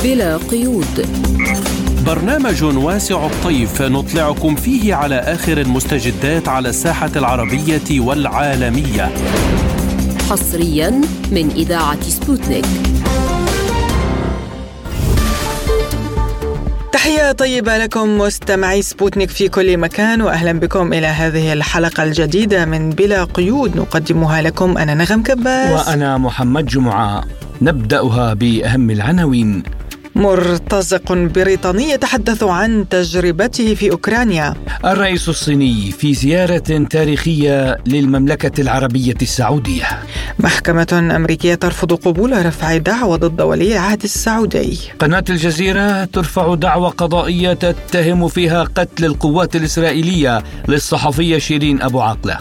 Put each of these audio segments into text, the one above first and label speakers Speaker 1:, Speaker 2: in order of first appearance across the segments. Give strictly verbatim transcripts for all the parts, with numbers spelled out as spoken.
Speaker 1: بلا قيود،
Speaker 2: برنامج واسع الطيف نطلعكم فيه على آخر المستجدات على الساحة العربية والعالمية،
Speaker 1: حصريا من إذاعة سبوتنيك.
Speaker 3: تحية طيبة لكم مستمعي سبوتنيك في كل مكان، وأهلا بكم إلى هذه الحلقة الجديدة من بلا قيود نقدمها لكم أنا نغم كباس
Speaker 4: وأنا محمد جمعة. نبدأها بأهم العناوين.
Speaker 3: مرتزق بريطاني يتحدث عن تجربته في أوكرانيا.
Speaker 4: الرئيس الصيني في زيارة تاريخية للمملكة العربية السعودية.
Speaker 3: محكمة أمريكية ترفض قبول رفع دعوى ضد ولي العهد السعودي.
Speaker 4: قناة الجزيرة ترفع دعوى قضائية تتهم فيها قتل القوات الإسرائيلية للصحفية شيرين أبو عاقلة.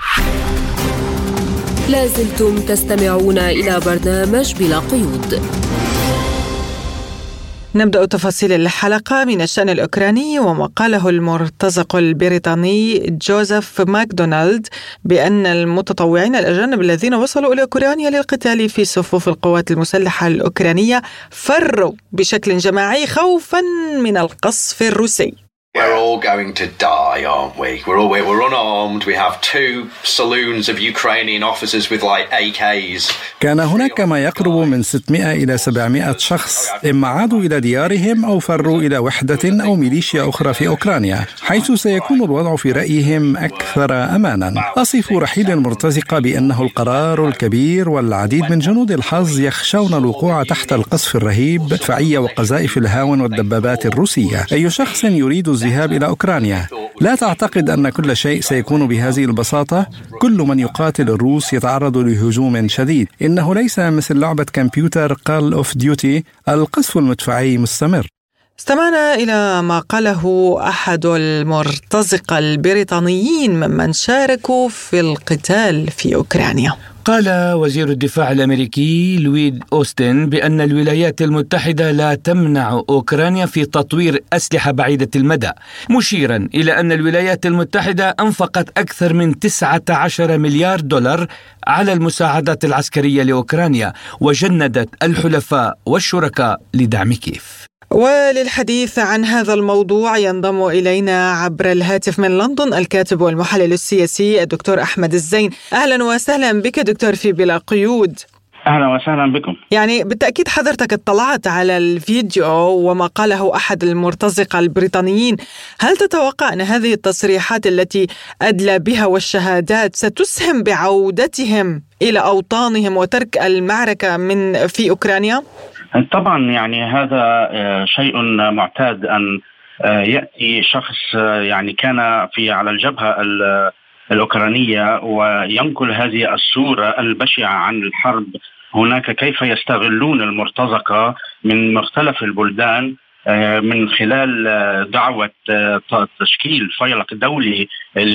Speaker 1: لازلتم تستمعون إلى برنامج بلا قيود.
Speaker 3: نبدأ تفاصيل الحلقة من الشأن الأوكراني، وما قاله المرتزق البريطاني جوزيف ماكدونالد بأن المتطوعين الأجانب الذين وصلوا إلى أوكرانيا للقتال في صفوف القوات المسلحة الأوكرانية فروا بشكل جماعي خوفا من القصف الروسي.
Speaker 5: We're all going to die, aren't we? We're all we're unarmed. We have two saloons of Ukrainian officers with like A Ks.
Speaker 6: كان هناك ما يقرب من ستمائة إلى سبعمائة شخص، إما عادوا إلى ديارهم أو فروا إلى وحدة أو ميليشيا أخرى في أوكرانيا، حيث سيكون الوضع في رأيهم أكثر أمانا. أصف رحيل المرتزقة بأنه القرار الكبير، والعديد من جنود الحظ يخشون الوقوع تحت القصف الرهيب المدفعية وقذائف الهاون والدبابات الروسية. أي شخص يريد الذهاب إلى أوكرانيا لا تعتقد أن كل شيء سيكون بهذه البساطة. كل من يقاتل الروس يتعرض لهجوم شديد. إنه ليس مثل لعبة كمبيوتر Call of Duty، القصف المدفعي مستمر.
Speaker 3: استمعنا إلى ما قاله أحد المرتزقة البريطانيين ممن شاركوا في القتال في أوكرانيا.
Speaker 4: قال وزير الدفاع الأمريكي لويد أوستن بأن الولايات المتحدة لا تمنع أوكرانيا في تطوير أسلحة بعيدة المدى، مشيرا إلى أن الولايات المتحدة أنفقت أكثر من تسعة عشر مليار دولار على المساعدات العسكرية لأوكرانيا، وجندت الحلفاء والشركاء لدعم كييف.
Speaker 3: وللحديث عن هذا الموضوع ينضم إلينا عبر الهاتف من لندن الكاتب والمحلل السياسي الدكتور أحمد الزين. أهلا وسهلا بك دكتور في بلا قيود.
Speaker 7: أهلا وسهلا بكم.
Speaker 3: يعني بالتأكيد حضرتك اطلعت على الفيديو وما قاله أحد المرتزقة البريطانيين. هل تتوقع أن هذه التصريحات التي أدلى بها والشهادات ستسهم بعودتهم إلى أوطانهم وترك المعركة من في أوكرانيا؟
Speaker 7: طبعا يعني هذا شيء معتاد أن يأتي شخص يعني كان في على الجبهة الأوكرانية وينقل هذه الصورة البشعة عن الحرب هناك، كيف يستغلون المرتزقة من مختلف البلدان من خلال دعوة تشكيل فيلق دولي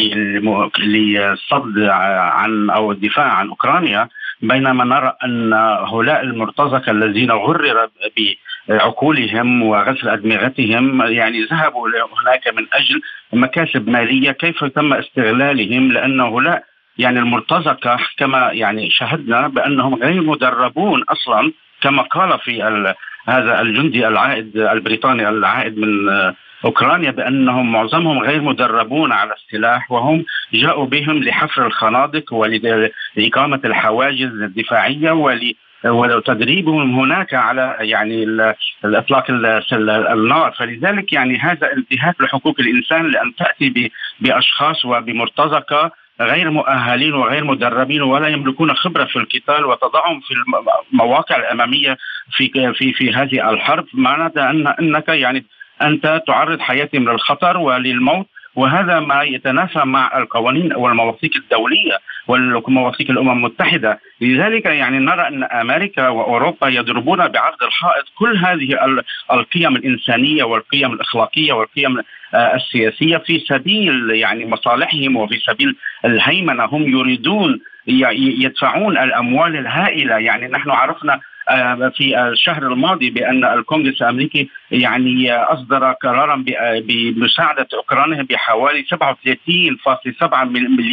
Speaker 7: للصد عن أو الدفاع عن أوكرانيا، بينما نرى أن هؤلاء المرتزقة الذين غرر بعقولهم وغسل أدمغتهم يعني ذهبوا هناك من أجل مكاسب مالية. كيف تم استغلالهم؟ لأن هؤلاء يعني المرتزقة كما يعني شاهدنا بأنهم غير مدربون أصلا، كما قال في هذا الجندي العائد البريطاني العائد من أوكرانيا بأنهم معظمهم غير مدربون على السلاح، وهم جاءوا بهم لحفر الخنادق ولإقامة الحواجز الدفاعية وتدريبهم هناك على يعني الإطلاق النار. فلذلك يعني هذا انتهاك لحقوق الإنسان، لأن تأتي بأشخاص وبمرتزقة غير مؤهلين وغير مدربين ولا يملكون خبرة في القتال وتضعهم في المواقع الأمامية في في في هذه الحرب، معناه أن أنك يعني أنت تعرض حياتهم للخطر وللموت، وهذا ما يتنافى مع القوانين والمواثيق الدولية والمواثيق الأمم المتحدة. لذلك يعني نرى أن أمريكا وأوروبا يضربون بعرض الحائط كل هذه القيم الإنسانية والقيم الأخلاقية والقيم السياسية في سبيل يعني مصالحهم وفي سبيل الهيمنة. هم يريدون يدفعون الأموال الهائلة. يعني نحن عرفنا في الشهر الماضي بأن الكونغرس الأمريكي يعني أصدر قرارا بمساعدة أوكرانيا بحوالي سبعة وثلاثين فاصلة سبعة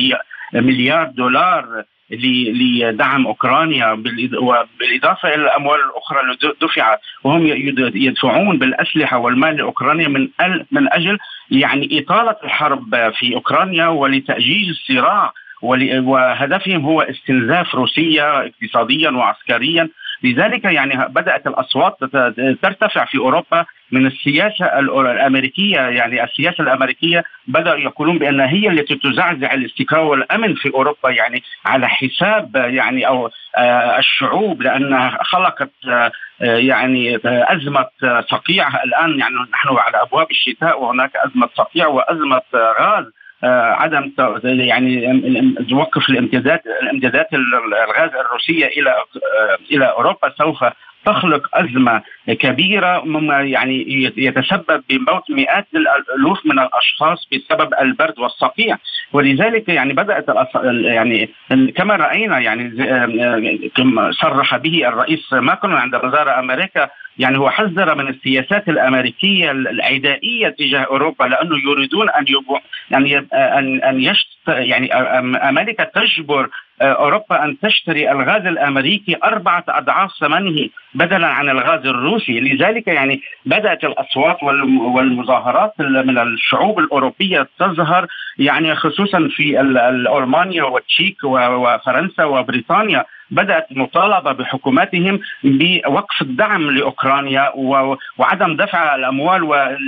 Speaker 7: مليار دولار لدعم أوكرانيا، وبالإضافة إلى الأموال الأخرى التي دفعت، وهم يدفعون بالأسلحة والمال لأوكرانيا من من أجل يعني إطالة الحرب في أوكرانيا ولتأجيج الصراع، وهدفهم هو استنزاف روسيا اقتصاديا وعسكريا. لذلك يعني بدأت الأصوات ترتفع في أوروبا من السياسة الأمريكية. يعني السياسة الأمريكية بدأوا يقولون بأن هي التي تزعزع الاستقرار والأمن في أوروبا، يعني على حساب يعني أو الشعوب، لأنها خلقت يعني أزمة صقيع. الآن يعني نحن على أبواب الشتاء وهناك أزمة صقيع وأزمة غاز، عدم يعني توقف الامتداد الامتدادات الغاز الروسية إلى إلى أوروبا سوف تخلق أزمة كبيرة، مما يعني يتسبب بموت مئات الألوف من الأشخاص بسبب البرد والصقيع. ولذلك يعني بدأت يعني كما رأينا يعني كما صرح به الرئيس ماكرون عندما زار أمريكا، يعني هو حذر من السياسات الأمريكية العدائية تجاه أوروبا، لأنه يريدون أن يبو يعني أن أن يشت يعني أمريكا تجبر أوروبا أن تشتري الغاز الأمريكي أربعة أضعاف ثمنه بدلا عن الغاز الروسي. لذلك يعني بدأت الأصوات والمظاهرات من الشعوب الأوروبية تظهر، يعني خصوصا في ألمانيا والتشيك وفرنسا وبريطانيا، بدأت مطالبة بحكوماتهم بوقف الدعم لأوكرانيا وعدم دفع الأموال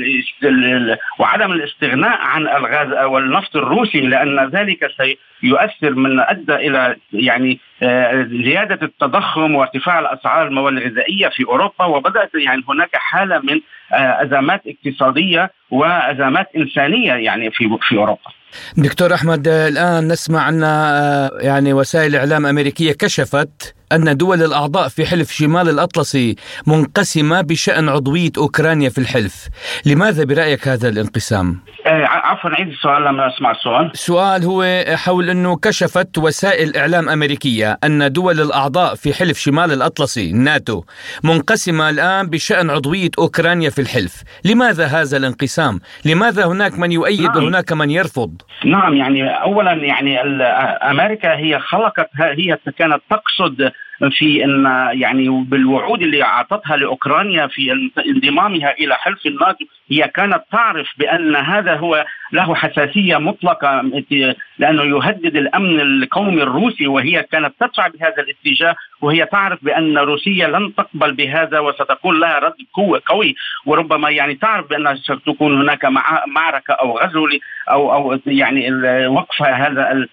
Speaker 7: وعدم الاستغناء عن الغاز والنفط الروسي، لأن ذلك سيؤثر من أدى إلى يعني زيادة التضخم وارتفاع الأسعار المواد الغذائية في أوروبا. وبدأت يعني هناك حالة من أزمات اقتصادية وأزمات إنسانية يعني في في أوروبا.
Speaker 4: دكتور أحمد، الآن نسمع أن يعني وسائل إعلام أمريكية كشفت أن دول الأعضاء في حلف شمال الأطلسي منقسمة بشأن عضوية أوكرانيا في الحلف. لماذا برأيك هذا الانقسام؟
Speaker 7: عفوا عيد السؤال لما أسمع السؤال.
Speaker 4: السؤال هو حول أنه كشفت وسائل إعلام أمريكية أن دول الأعضاء في حلف شمال الأطلسي الناتو منقسمة الآن بشأن عضوية أوكرانيا في الحلف. لماذا هذا الانقسام؟ لماذا هناك من يؤيد نعم. وهناك من يرفض؟
Speaker 7: نعم، يعني أولا يعني أمريكا هي خلقت هي كانت تقصد في ان يعني بالوعود اللي اعطتها لاوكرانيا في انضمامها الى حلف الناتو، هي كانت تعرف بان هذا هو له حساسيه مطلقه لانه يهدد الامن القومي الروسي، وهي كانت تدفع بهذا الاتجاه، وهي تعرف بان روسيا لن تقبل بهذا وستكون لها رد قوي، وربما يعني تعرف بان ستكون هناك معركه او غزو او او يعني وقف هذا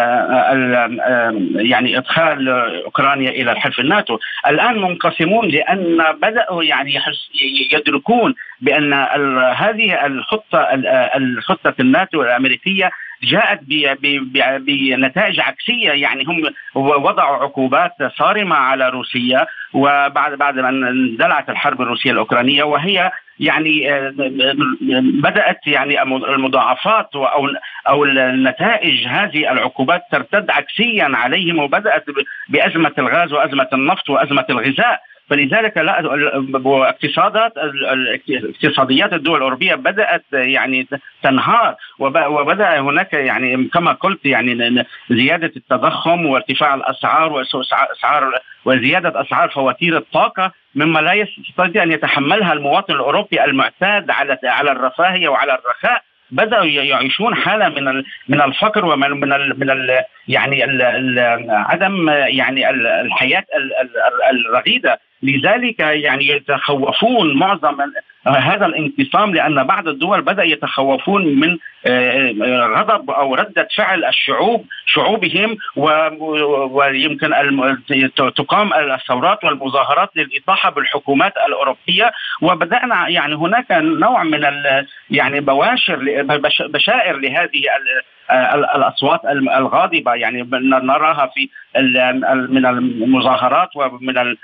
Speaker 7: يعني إدخال أوكرانيا إلى الحلف الناتو. الآن منقسمون لأن بدأوا يعني يدركون بأن هذه الخطة الخطة الناتو الأمريكية جاءت بنتائج عكسية. يعني هم وضعوا عقوبات صارمة على روسيا وبعد بعد ما اندلعت الحرب الروسية الأوكرانية، وهي يعني بدأت يعني المضاعفات أو أو النتائج هذه العقوبات ترتد عكسيا عليهم، وبدأت بأزمة الغاز وأزمة النفط وأزمة الغذاء. فلذلك لا اقتصادات اقتصاديات الدول الأوروبية بدأت يعني تنهار، وبدأ هناك يعني كما قلت يعني زيادة التضخم وارتفاع الأسعار وأسعار وزيادة أسعار فواتير الطاقة، مما لا يستطيع أن يتحملها المواطن الأوروبي المعتاد على على الرفاهية وعلى الرخاء. بدأوا يعيشون حالة من من الفقر ومن من ال من ال يعني ال ال عدم يعني الحياة الرغيدة. لذلك يعني يتخوفون معظم هذا الانقسام، لأن بعض الدول بدأ يتخوفون من غضب أو ردة فعل الشعوب شعوبهم، ويمكن تقام الثورات والمظاهرات للإطاحة بالحكومات الأوروبية. وبدأنا يعني هناك نوع من يعني بواشر بشائر لهذه الأصوات الغاضبة، يعني نراها في من المظاهرات ومن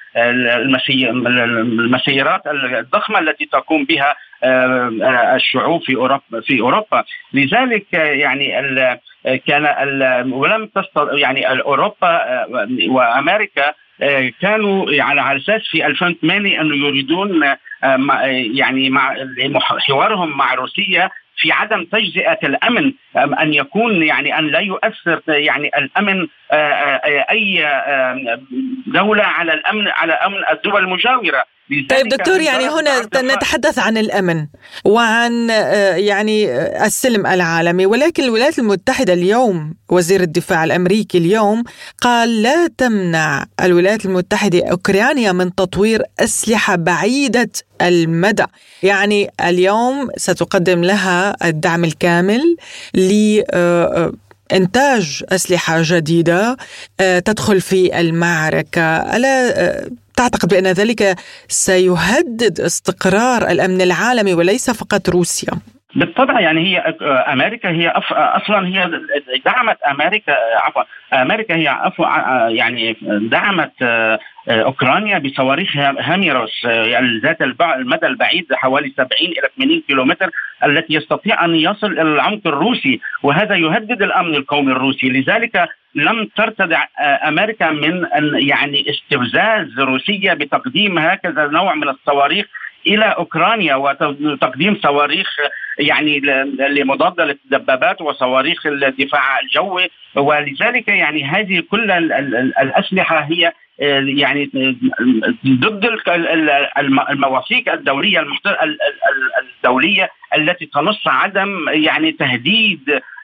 Speaker 7: المسيرات الضخمة التي تقوم بها الشعوب في أوروبا في أوروبا. لذلك يعني كان ولم تستطع يعني أوروبا وأمريكا كانوا يعني على أساس في ألفين وثمانية أنه يريدون يعني مع حوارهم مع روسيا في عدم تجزئة الأمن، أن يكون يعني أن لا يؤثر يعني الأمن أي دولة على الأمن على أمن الدول المجاورة.
Speaker 3: طيب دكتور، يعني هنا نتحدث عن الأمن وعن يعني السلم العالمي، ولكن الولايات المتحدة اليوم وزير الدفاع الأمريكي اليوم قال لا تمنع الولايات المتحدة أوكرانيا من تطوير أسلحة بعيدة المدى. يعني اليوم ستقدم لها الدعم الكامل لإنتاج أسلحة جديدة تدخل في المعركة. ألا تعتقد بأن ذلك سيهدد استقرار الأمن العالمي وليس فقط روسيا؟
Speaker 7: بالطبع، يعني هي أمريكا هي أصلا هي دعمت أمريكا عفوا أمريكا هي عفوا يعني دعمت أوكرانيا بصواريخ هاميروس يعني ذات المدى البعيد حوالي سبعين إلى ثمانين كيلومتر التي يستطيع أن يصل إلى العمق الروسي، وهذا يهدد الأمن القومي الروسي. لذلك لم ترتدع أمريكا من أن يعني استفزاز روسيا بتقديم هكذا نوع من الصواريخ إلى أوكرانيا، وتقديم صواريخ يعني لمضادة للدبابات وصواريخ الدفاع الجوي. ولذلك يعني هذه كل الأسلحة هي يعني ضد المواثيق الدولية الدولية التي تنص عدم يعني تهديد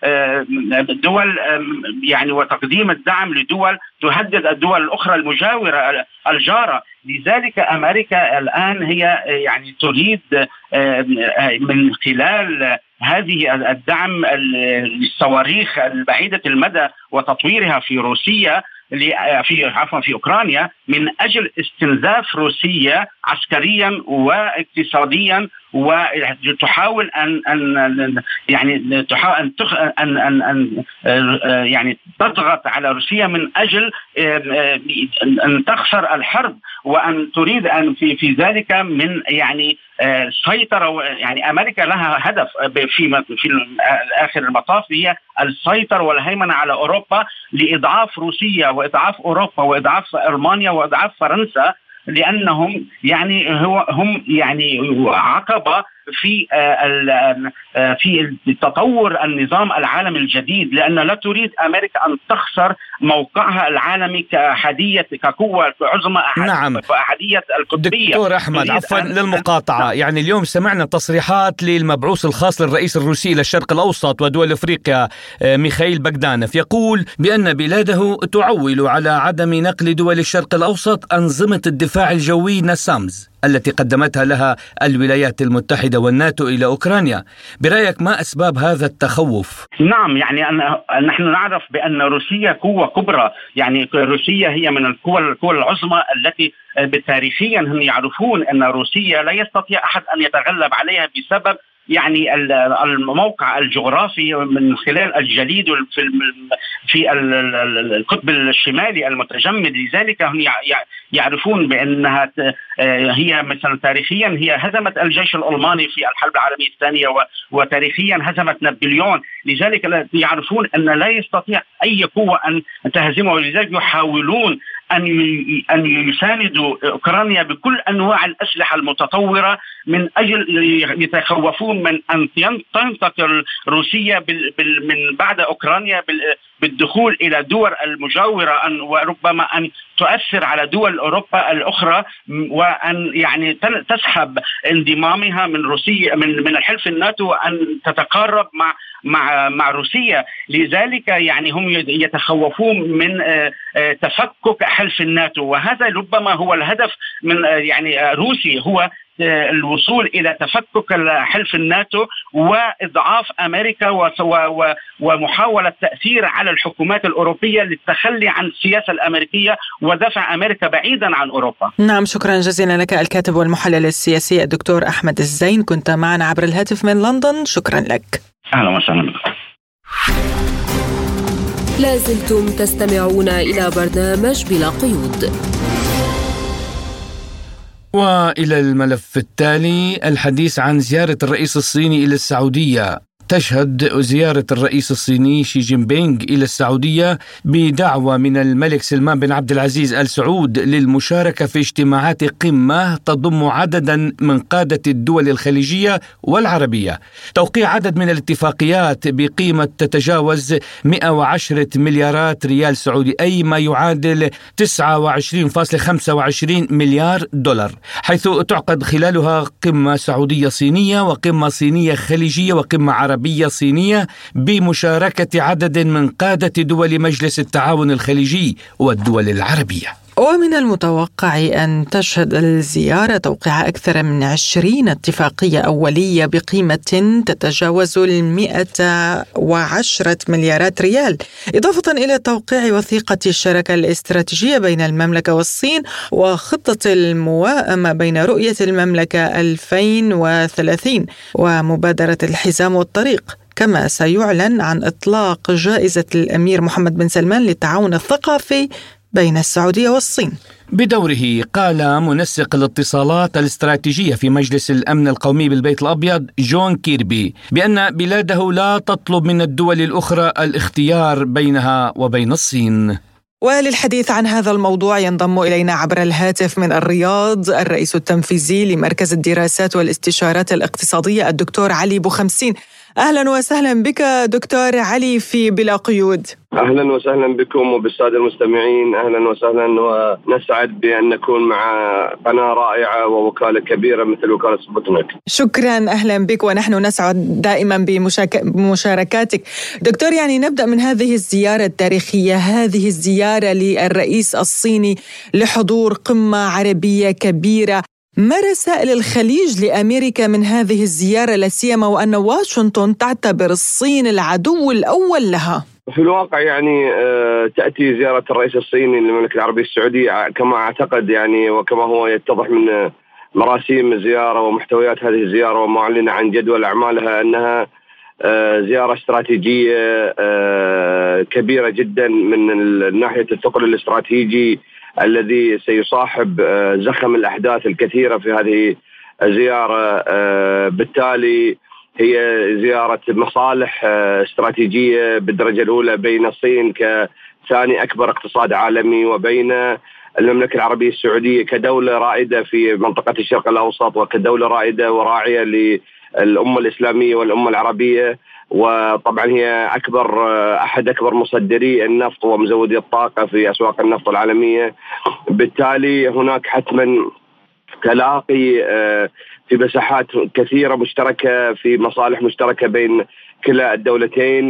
Speaker 7: دول يعني وتقديم الدعم لدول تهدد الدول الأخرى المجاورة الجارة. لذلك أمريكا الآن هي يعني تريد من خلال هذه الدعم للصواريخ البعيدة المدى وتطويرها في روسيا في عفوا في أوكرانيا من أجل استنزاف روسيا عسكريا واقتصاديا، وتحاول أن أن يعني تحاول أن أن أن يعني تضغط على روسيا من أجل أن تخسر الحرب، وأن تريد أن في في ذلك من يعني سيطرة. يعني أمريكا لها هدف في في آخر المطاف هي السيطرة والهيمنة على أوروبا لإضعاف روسيا وإضعاف أوروبا وإضعاف ألمانيا وإضعاف فرنسا، لأنهم يعني هو هم يعني عقبة في في تطور النظام العالمي الجديد، لأن لا تريد أمريكا أن تخسر موقعها العالمي كأحدية كقوة عظمى.
Speaker 4: نعم
Speaker 7: أحدية القطبية.
Speaker 4: دكتور أحمد، عفوا للمقاطعة، يعني اليوم سمعنا تصريحات للمبعوث الخاص للرئيس الروسي للشرق الأوسط ودول أفريقيا ميخائيل بغدانف يقول بأن بلاده تعول على عدم نقل دول الشرق الأوسط أنظمة الدفاع الجوي ناسامز التي قدمتها لها الولايات المتحدة والناتو إلى أوكرانيا. برأيك ما أسباب هذا التخوف؟
Speaker 7: نعم، يعني أن نحن نعرف بأن روسيا قوة كبرى، يعني روسيا هي من القوى القوى العظمى التي تاريخيا هم يعرفون أن روسيا لا يستطيع أحد أن يتغلب عليها بسبب يعني الموقع الجغرافي من خلال الجليد في في القطب الشمالي المتجمد. لذلك هم يعرفون بأنها هي مثلا تاريخيا هي هزمت الجيش الألماني في الحرب العالمية الثانية، وتاريخيا هزمت نابليون. لذلك يعرفون أن لا يستطيع أي قوة أن تهزمه، ولذلك يحاولون أن أن يساندوا أوكرانيا بكل أنواع الأسلحة المتطورة من أجل يتخوفون من أن تنتقل روسيا من بعد أوكرانيا بالدخول إلى دول المجاورة، وربما أن تؤثر على دول أوروبا الأخرى، وأن يعني تسحب انضمامها من روسيا من من الحلف الناتو، وأن تتقارب مع مع مع روسيا. لذلك يعني هم يتخوفون من تفكك حلف الناتو، وهذا ربما هو الهدف من يعني روسيا، هو الوصول إلى تفكك حلف الناتو وإضعاف أمريكا ومحاولة تأثير على الحكومات الأوروبية للتخلي عن السياسة الأمريكية ودفع أمريكا بعيدا عن أوروبا.
Speaker 3: نعم، شكرا جزيلا لك الكاتب والمحلل السياسي الدكتور أحمد الزين، كنت معنا عبر الهاتف من لندن. شكرا لك.
Speaker 7: أهلا وسهلا.
Speaker 1: لازلتم تستمعون إلى برنامج بلا قيود.
Speaker 4: وإلى الملف التالي، الحديث عن زيارة الرئيس الصيني إلى السعودية. تشهد زيارة الرئيس الصيني شي جين بينغ إلى السعودية بدعوة من الملك سلمان بن عبد العزيز آل سعود للمشاركة في اجتماعات قمة تضم عددا من قادة الدول الخليجية والعربية، توقيع عدد من الاتفاقيات بقيمة تتجاوز مئة وعشرة مليارات ريال سعودي، أي ما يعادل تسعة وعشرين فاصلة خمسة وعشرين مليار دولار، حيث تعقد خلالها قمة سعودية صينية وقمة صينية خليجية وقمة عربية صينية بمشاركة عدد من قادة دول مجلس التعاون الخليجي والدول العربية.
Speaker 3: ومن المتوقع أن تشهد الزيارة توقيع أكثر من عشرين اتفاقية أولية بقيمة تتجاوز المئة وعشرة مليارات ريال، إضافة إلى توقيع وثيقة الشراكة الاستراتيجية بين المملكة والصين وخطة الموائمة بين رؤية المملكة ألفين وثلاثين ومبادرة الحزام والطريق. كما سيعلن عن إطلاق جائزة الأمير محمد بن سلمان للتعاون الثقافي بين السعودية والصين.
Speaker 4: بدوره قال منسق الاتصالات الاستراتيجية في مجلس الأمن القومي بالبيت الأبيض جون كيربي بأن بلاده لا تطلب من الدول الأخرى الاختيار بينها وبين الصين.
Speaker 3: وللحديث عن هذا الموضوع ينضم إلينا عبر الهاتف من الرياض الرئيس التنفيذي لمركز الدراسات والاستشارات الاقتصادية الدكتور علي بوخمسين. أهلا وسهلا بك دكتور علي في بلا قيود.
Speaker 8: أهلا وسهلا بكم وبالسادة المستمعين، أهلا وسهلا، ونسعد بأن نكون مع قناة رائعة ووكالة كبيرة مثل وكالة سبوتنيك.
Speaker 3: شكرا، أهلا بك، ونحن نسعد دائما بمشاركاتك. دكتور، يعني نبدأ من هذه الزيارة التاريخية، هذه الزيارة للرئيس الصيني لحضور قمة عربية كبيرة. ما رسائل الخليج لأمريكا من هذه الزيارة، لا سيما وأن واشنطن تعتبر الصين العدو الأول لها؟
Speaker 8: في الواقع يعني تأتي زيارة الرئيس الصيني للمملكة العربية السعودية كما أعتقد يعني وكما هو يتضح من مراسيم الزيارة ومحتويات هذه الزيارة وما أعلن عن جدول أعمالها أنها زيارة استراتيجية كبيرة جدا من ناحية الثقل الاستراتيجي الذي سيصاحب زخم الأحداث الكثيرة في هذه الزيارة. بالتالي هي زيارة مصالح استراتيجية بالدرجة الأولى بين الصين كثاني أكبر اقتصاد عالمي وبين المملكة العربية السعودية كدولة رائدة في منطقة الشرق الأوسط وكدولة رائدة وراعية للأمة الإسلامية والأمة العربية، وطبعا هي أكبر أحد أكبر مصدري النفط ومزودي الطاقة في أسواق النفط العالمية. بالتالي هناك حتما تلاقي في مساحات كثيرة مشتركة في مصالح مشتركة بين كلا الدولتين.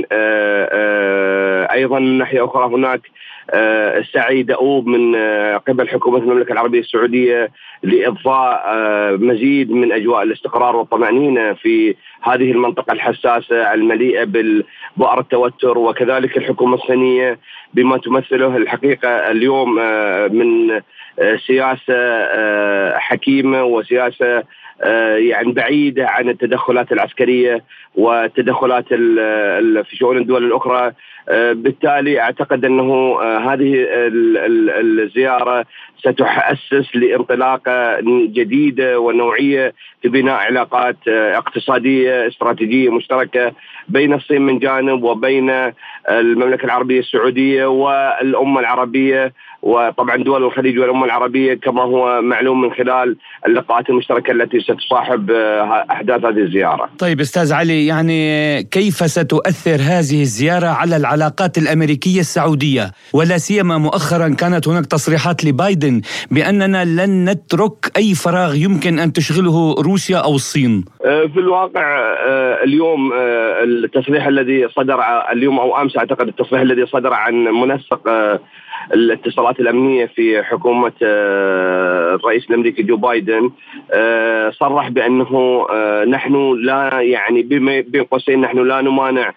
Speaker 8: أيضا من ناحية أخرى هناك السعي دؤوب من قبل حكومة المملكة العربية السعودية لإضفاء مزيد من أجواء الاستقرار والطمأنينة في هذه المنطقة الحساسة المليئة بالبؤر التوتر، وكذلك الحكومة الصينية بما تمثله الحقيقة اليوم من سياسة حكيمة وسياسة يعني بعيدة عن التدخلات العسكرية والتدخلات في شؤون الدول الأخرى. بالتالي أعتقد أنه هذه الزيارة ستؤسس لانطلاقة جديدة ونوعية في بناء علاقات اقتصادية استراتيجية مشتركة بين الصين من جانب وبين المملكة العربية السعودية والأمة العربية، وطبعا دول الخليج والأمة العربية كما هو معلوم من خلال اللقاءات المشتركة التي ستصاحب أحداث هذه الزيارة.
Speaker 4: طيب أستاذ علي، يعني كيف ستؤثر هذه الزيارة على العلاقات الأمريكية السعودية، ولا سيما مؤخرا كانت هناك تصريحات لبايدن بأننا لن نترك أي فراغ يمكن أن تشغله روسيا أو الصين؟
Speaker 8: في الواقع اليوم التصريح الذي صدر اليوم أو أمس أعتقد التصريح الذي صدر عن منسق الاتصالات الأمنية في حكومة الرئيس الأمريكي جو بايدن صرح بأنه نحن لا يعني بين قوسين نحن لا نمانع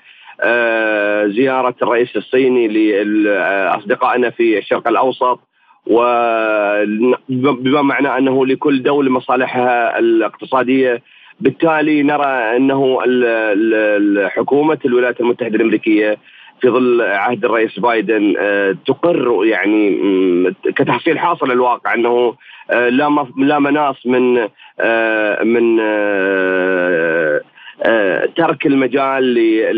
Speaker 8: زيارة الرئيس الصيني لأصدقائنا في الشرق الأوسط، وبما معنى أنه لكل دولة مصالحها الاقتصادية. بالتالي نرى أنه حكومة الولايات المتحدة الأمريكية في ظل عهد الرئيس بايدن تقر يعني كتحصيل حاصل الواقع أنه لا لا مناص من من ترك المجال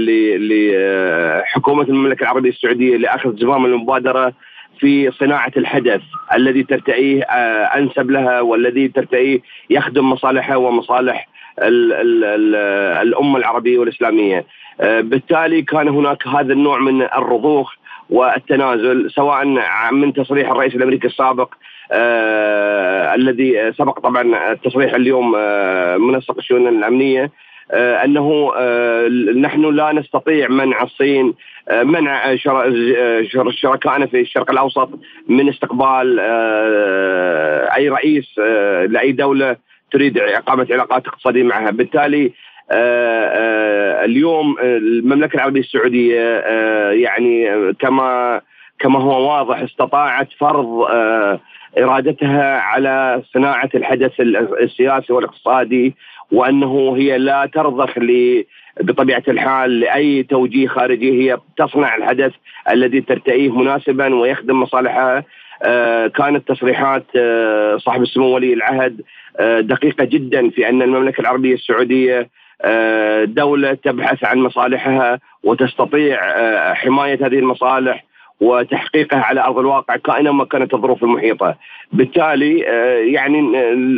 Speaker 8: لحكومة المملكة العربية السعودية لأخذ زمام المبادرة في صناعة الحدث الذي ترتئيه أنسب لها والذي ترتئيه يخدم مصالحها ومصالح ال ال ال الأمة العربية والإسلامية. بالتالي كان هناك هذا النوع من الرضوخ والتنازل، سواء من تصريح الرئيس الأمريكي السابق آه الذي سبق طبعا التصريح اليوم آه منسق الشؤون الأمنية آه أنه آه نحن لا نستطيع منع الصين آه منع شركائنا في الشرق الأوسط من استقبال آه أي رئيس آه لأي دولة تريد إقامة علاقات اقتصادية معها. بالتالي آه آه اليوم المملكة العربية السعودية آه يعني كما كما هو واضح استطاعت فرض آه إرادتها على صناعة الحدث السياسي والاقتصادي، وأنه هي لا ترضخ بطبيعة الحال لأي توجيه خارجي، هي تصنع الحدث الذي ترتئيه مناسبا ويخدم مصالحها. آه كانت تصريحات آه صاحب السمو ولي العهد آه دقيقة جدا في أن المملكة العربية السعودية آه دولة تبحث عن مصالحها وتستطيع آه حماية هذه المصالح وتحقيقها على أرض الواقع كائنا ما كانت الظروف المحيطة. بالتالي يعني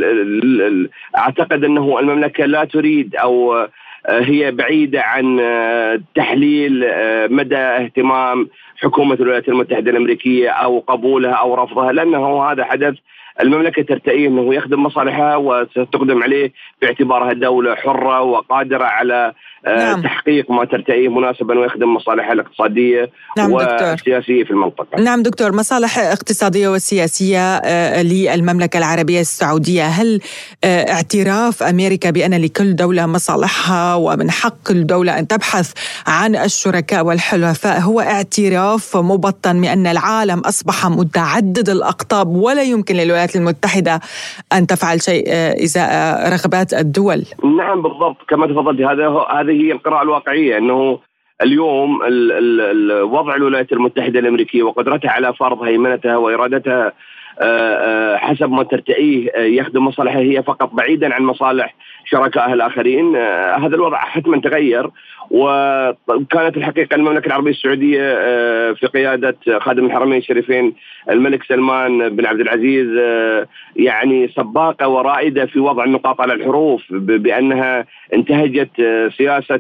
Speaker 8: أعتقد أنه المملكة لا تريد أو هي بعيدة عن تحليل مدى اهتمام حكومة الولايات المتحدة الأمريكية أو قبولها أو رفضها، لأنه هذا حدث المملكة ترتئيه أنه يخدم مصالحها وستقدم عليه باعتبارها دولة حرة وقادرة على نعم. تحقيق ما ترتئيه مناسبا ويخدم مصالحها الاقتصادية نعم والسياسية في المنطقة.
Speaker 3: نعم دكتور، مصالح اقتصادية وسياسية للمملكة العربية السعودية، هل اعتراف أمريكا بأن لكل دولة مصالحها ومن حق الدولة أن تبحث عن الشركاء والحلفاء هو اعتراف مبطن بأن العالم أصبح متعدد الأقطاب ولا يمكن للولايات المتحدة أن تفعل شيء إزاء رغبات الدول؟
Speaker 8: نعم بالضبط كما تفضلت، هذا هذه هي القراءة الواقعية، أنه اليوم ال ال ال وضع الولايات المتحدة الأمريكية وقدرتها على فرض هيمنتها وإرادتها حسب ما ترتئيه يخدم مصالحها هي فقط بعيدا عن مصالح شركائها الآخرين. هذا الوضع حتما تغير، وكانت الحقيقة المملكة العربية السعودية في قيادة خادم الحرمين الشريفين الملك سلمان بن عبد العزيز يعني سباقة ورائدة في وضع النقاط على الحروف، بأنها انتهجت سياسة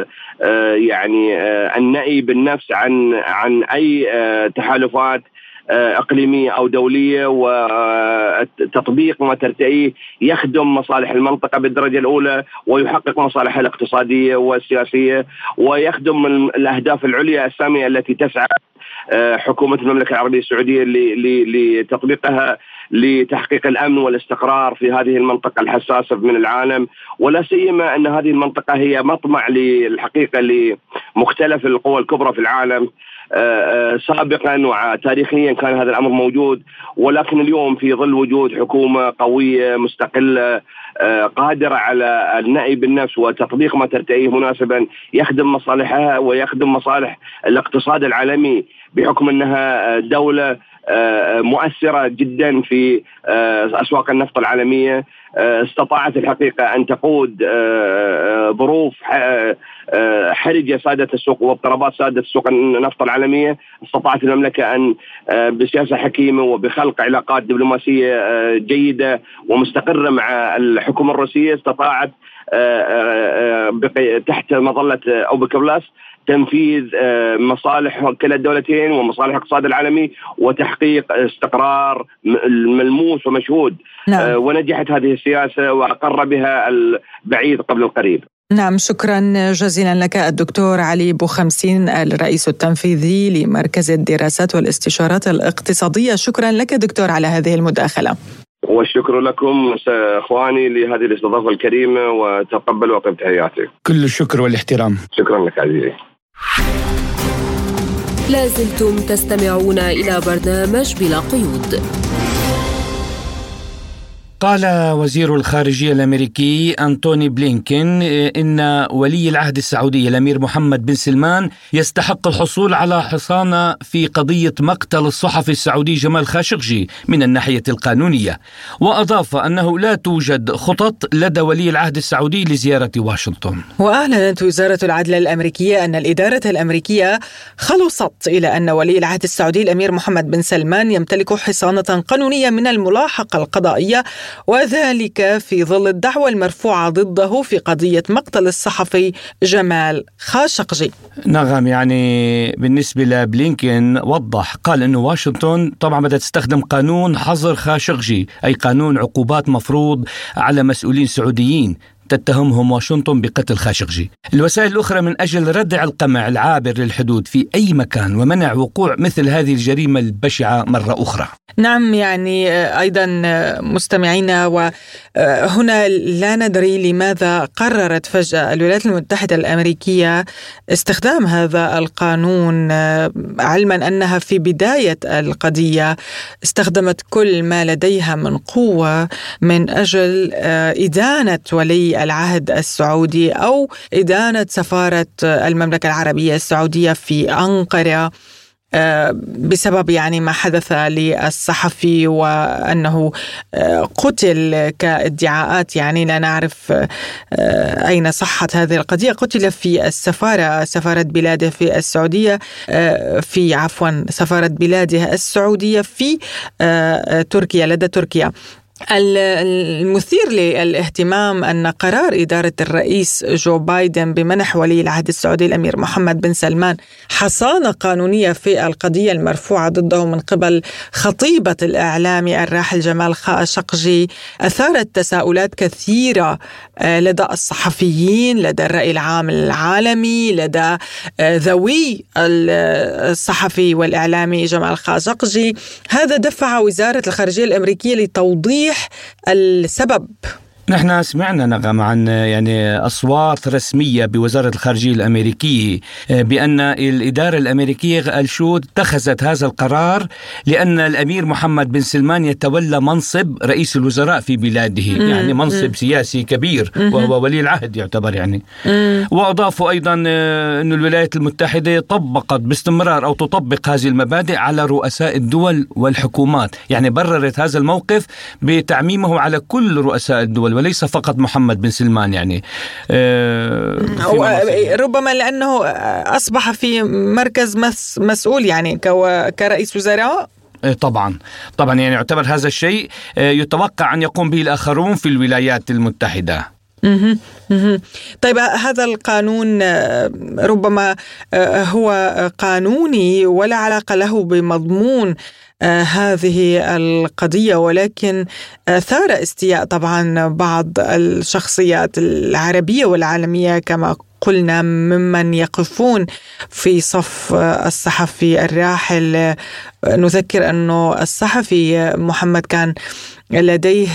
Speaker 8: يعني النأي بالنفس عن عن أي تحالفات إقليمية أو دولية، وتطبيق ما ترتئيه يخدم مصالح المنطقة بالدرجة الأولى ويحقق مصالحها الاقتصادية والسياسية ويخدم الأهداف العليا السامية التي تسعى حكومة المملكة العربية السعودية لتطبيقها لتحقيق الأمن والاستقرار في هذه المنطقة الحساسة من العالم، ولا سيما أن هذه المنطقة هي مطمع للحقيقة لمختلف القوى الكبرى في العالم. سابقا وتاريخيا كان هذا الأمر موجود، ولكن اليوم في ظل وجود حكومة قوية مستقلة قادرة على النأي بالنفس وتطبيق ما ترتئيه مناسبا يخدم مصالحها ويخدم مصالح الاقتصاد العالمي، بحكم أنها دولة مؤثرة جدا في أسواق النفط العالمية، استطاعت الحقيقة أن تقود ظروف حرجة سادة السوق واضطرابات سادة السوق النفط العالمية. استطاعت المملكة أن بسياسة حكيمة وبخلق علاقات دبلوماسية جيدة ومستقرة مع الحكومة الروسية، استطاعت تحت مظلة أوبك بلس تنفيذ مصالح كلا الدولتين ومصالح الاقتصاد العالمي وتحقيق استقرار ملموس ومشهود. نعم. ونجحت هذه السياسة وأقر بها البعيد قبل القريب.
Speaker 3: نعم، شكرا جزيلا لك الدكتور علي بوخمسين الرئيس التنفيذي لمركز الدراسات والاستشارات الاقتصادية. شكرا لك دكتور على هذه المداخلة.
Speaker 8: والشكر لكم اخواني لهذه الاستضافة الكريمة، وتقبل وقف تحياتي.
Speaker 4: كل الشكر والاحترام.
Speaker 8: شكرا لك عزيزي.
Speaker 1: لازلتم تستمعون إلى برنامج بلا قيود.
Speaker 4: قال وزير الخارجية الأمريكي أنتوني بلينكين إن ولي العهد السعودي الأمير محمد بن سلمان يستحق الحصول على حصانة في قضية مقتل الصحفي السعودي جمال خاشقجي من الناحية القانونية، وأضاف أنه لا توجد خطط لدى ولي العهد السعودي لزيارة واشنطن.
Speaker 3: وأعلنت وزارة العدل الأمريكية أن الإدارة الأمريكية خلصت إلى أن ولي العهد السعودي الأمير محمد بن سلمان يمتلك حصانة قانونية من الملاحقة القضائية، وذلك في ظل الدعوى المرفوعة ضده في قضية مقتل الصحفي جمال خاشقجي.
Speaker 4: نعم، يعني بالنسبة لبلينكين وضح قال أنه واشنطن طبعا بدأت تستخدم قانون حظر خاشقجي، أي قانون عقوبات مفروض على مسؤولين سعوديين تتهمهم واشنطن بقتل خاشقجي. الوسائل الأخرى من أجل ردع القمع العابر للحدود في أي مكان ومنع وقوع مثل هذه الجريمة البشعة مرة أخرى.
Speaker 3: نعم، يعني أيضا مستمعينا، وهنا لا ندري لماذا قررت فجأة الولايات المتحدة الأمريكية استخدام هذا القانون، علما أنها في بداية القضية استخدمت كل ما لديها من قوة من أجل إدانة ولي العهد السعودي أو إدانة سفارة المملكة العربية السعودية في أنقرة بسبب يعني ما حدث للصحفي، وأنه قتل كادعاءات، يعني لا نعرف أين صحة هذه القضية. قتل في السفارة سفارة بلاده في السعودية في عفوا سفارة بلاده السعودية في تركيا لدى تركيا. المثير للاهتمام أن قرار إدارة الرئيس جو بايدن بمنح ولي العهد السعودي الأمير محمد بن سلمان حصانة قانونية في القضية المرفوعة ضده من قبل خطيبة الإعلامي الراحل جمال خاشقجي أثارت تساؤلات كثيرة لدى الصحفيين، لدى الرأي العام العالمي، لدى ذوي الصحفي والإعلامي جمال خاشقجي. هذا دفع وزارة الخارجية الأمريكية لتوضيح السبب.
Speaker 4: نحن سمعنا نغم عن يعني أصوات رسمية بوزارة الخارجية الأمريكية بأن الإدارة الأمريكية الشو اتخذت هذا القرار لأن الأمير محمد بن سلمان يتولى منصب رئيس الوزراء في بلاده، يعني منصب سياسي كبير وهو ولي العهد يعتبر يعني. وأضافوا أيضا أن الولايات المتحدة طبقت باستمرار أو تطبق هذه المبادئ على رؤساء الدول والحكومات، يعني بررت هذا الموقف بتعميمه على كل رؤساء الدول وليس فقط محمد بن سلمان. يعني
Speaker 3: ربما لأنه أصبح في مركز مسؤول يعني كرئيس وزراء.
Speaker 4: طبعا طبعا يعني يعتبر هذا الشيء يتوقع أن يقوم به الآخرون في الولايات المتحدة.
Speaker 3: طيب، هذا القانون ربما هو قانوني ولا علاقة له بمضمون هذه القضية، ولكن ثار استياء طبعا بعض الشخصيات العربية والعالمية كما قلنا ممن يقفون في صف الصحفي الراحل. نذكر أنه الصحفي محمد كان لديه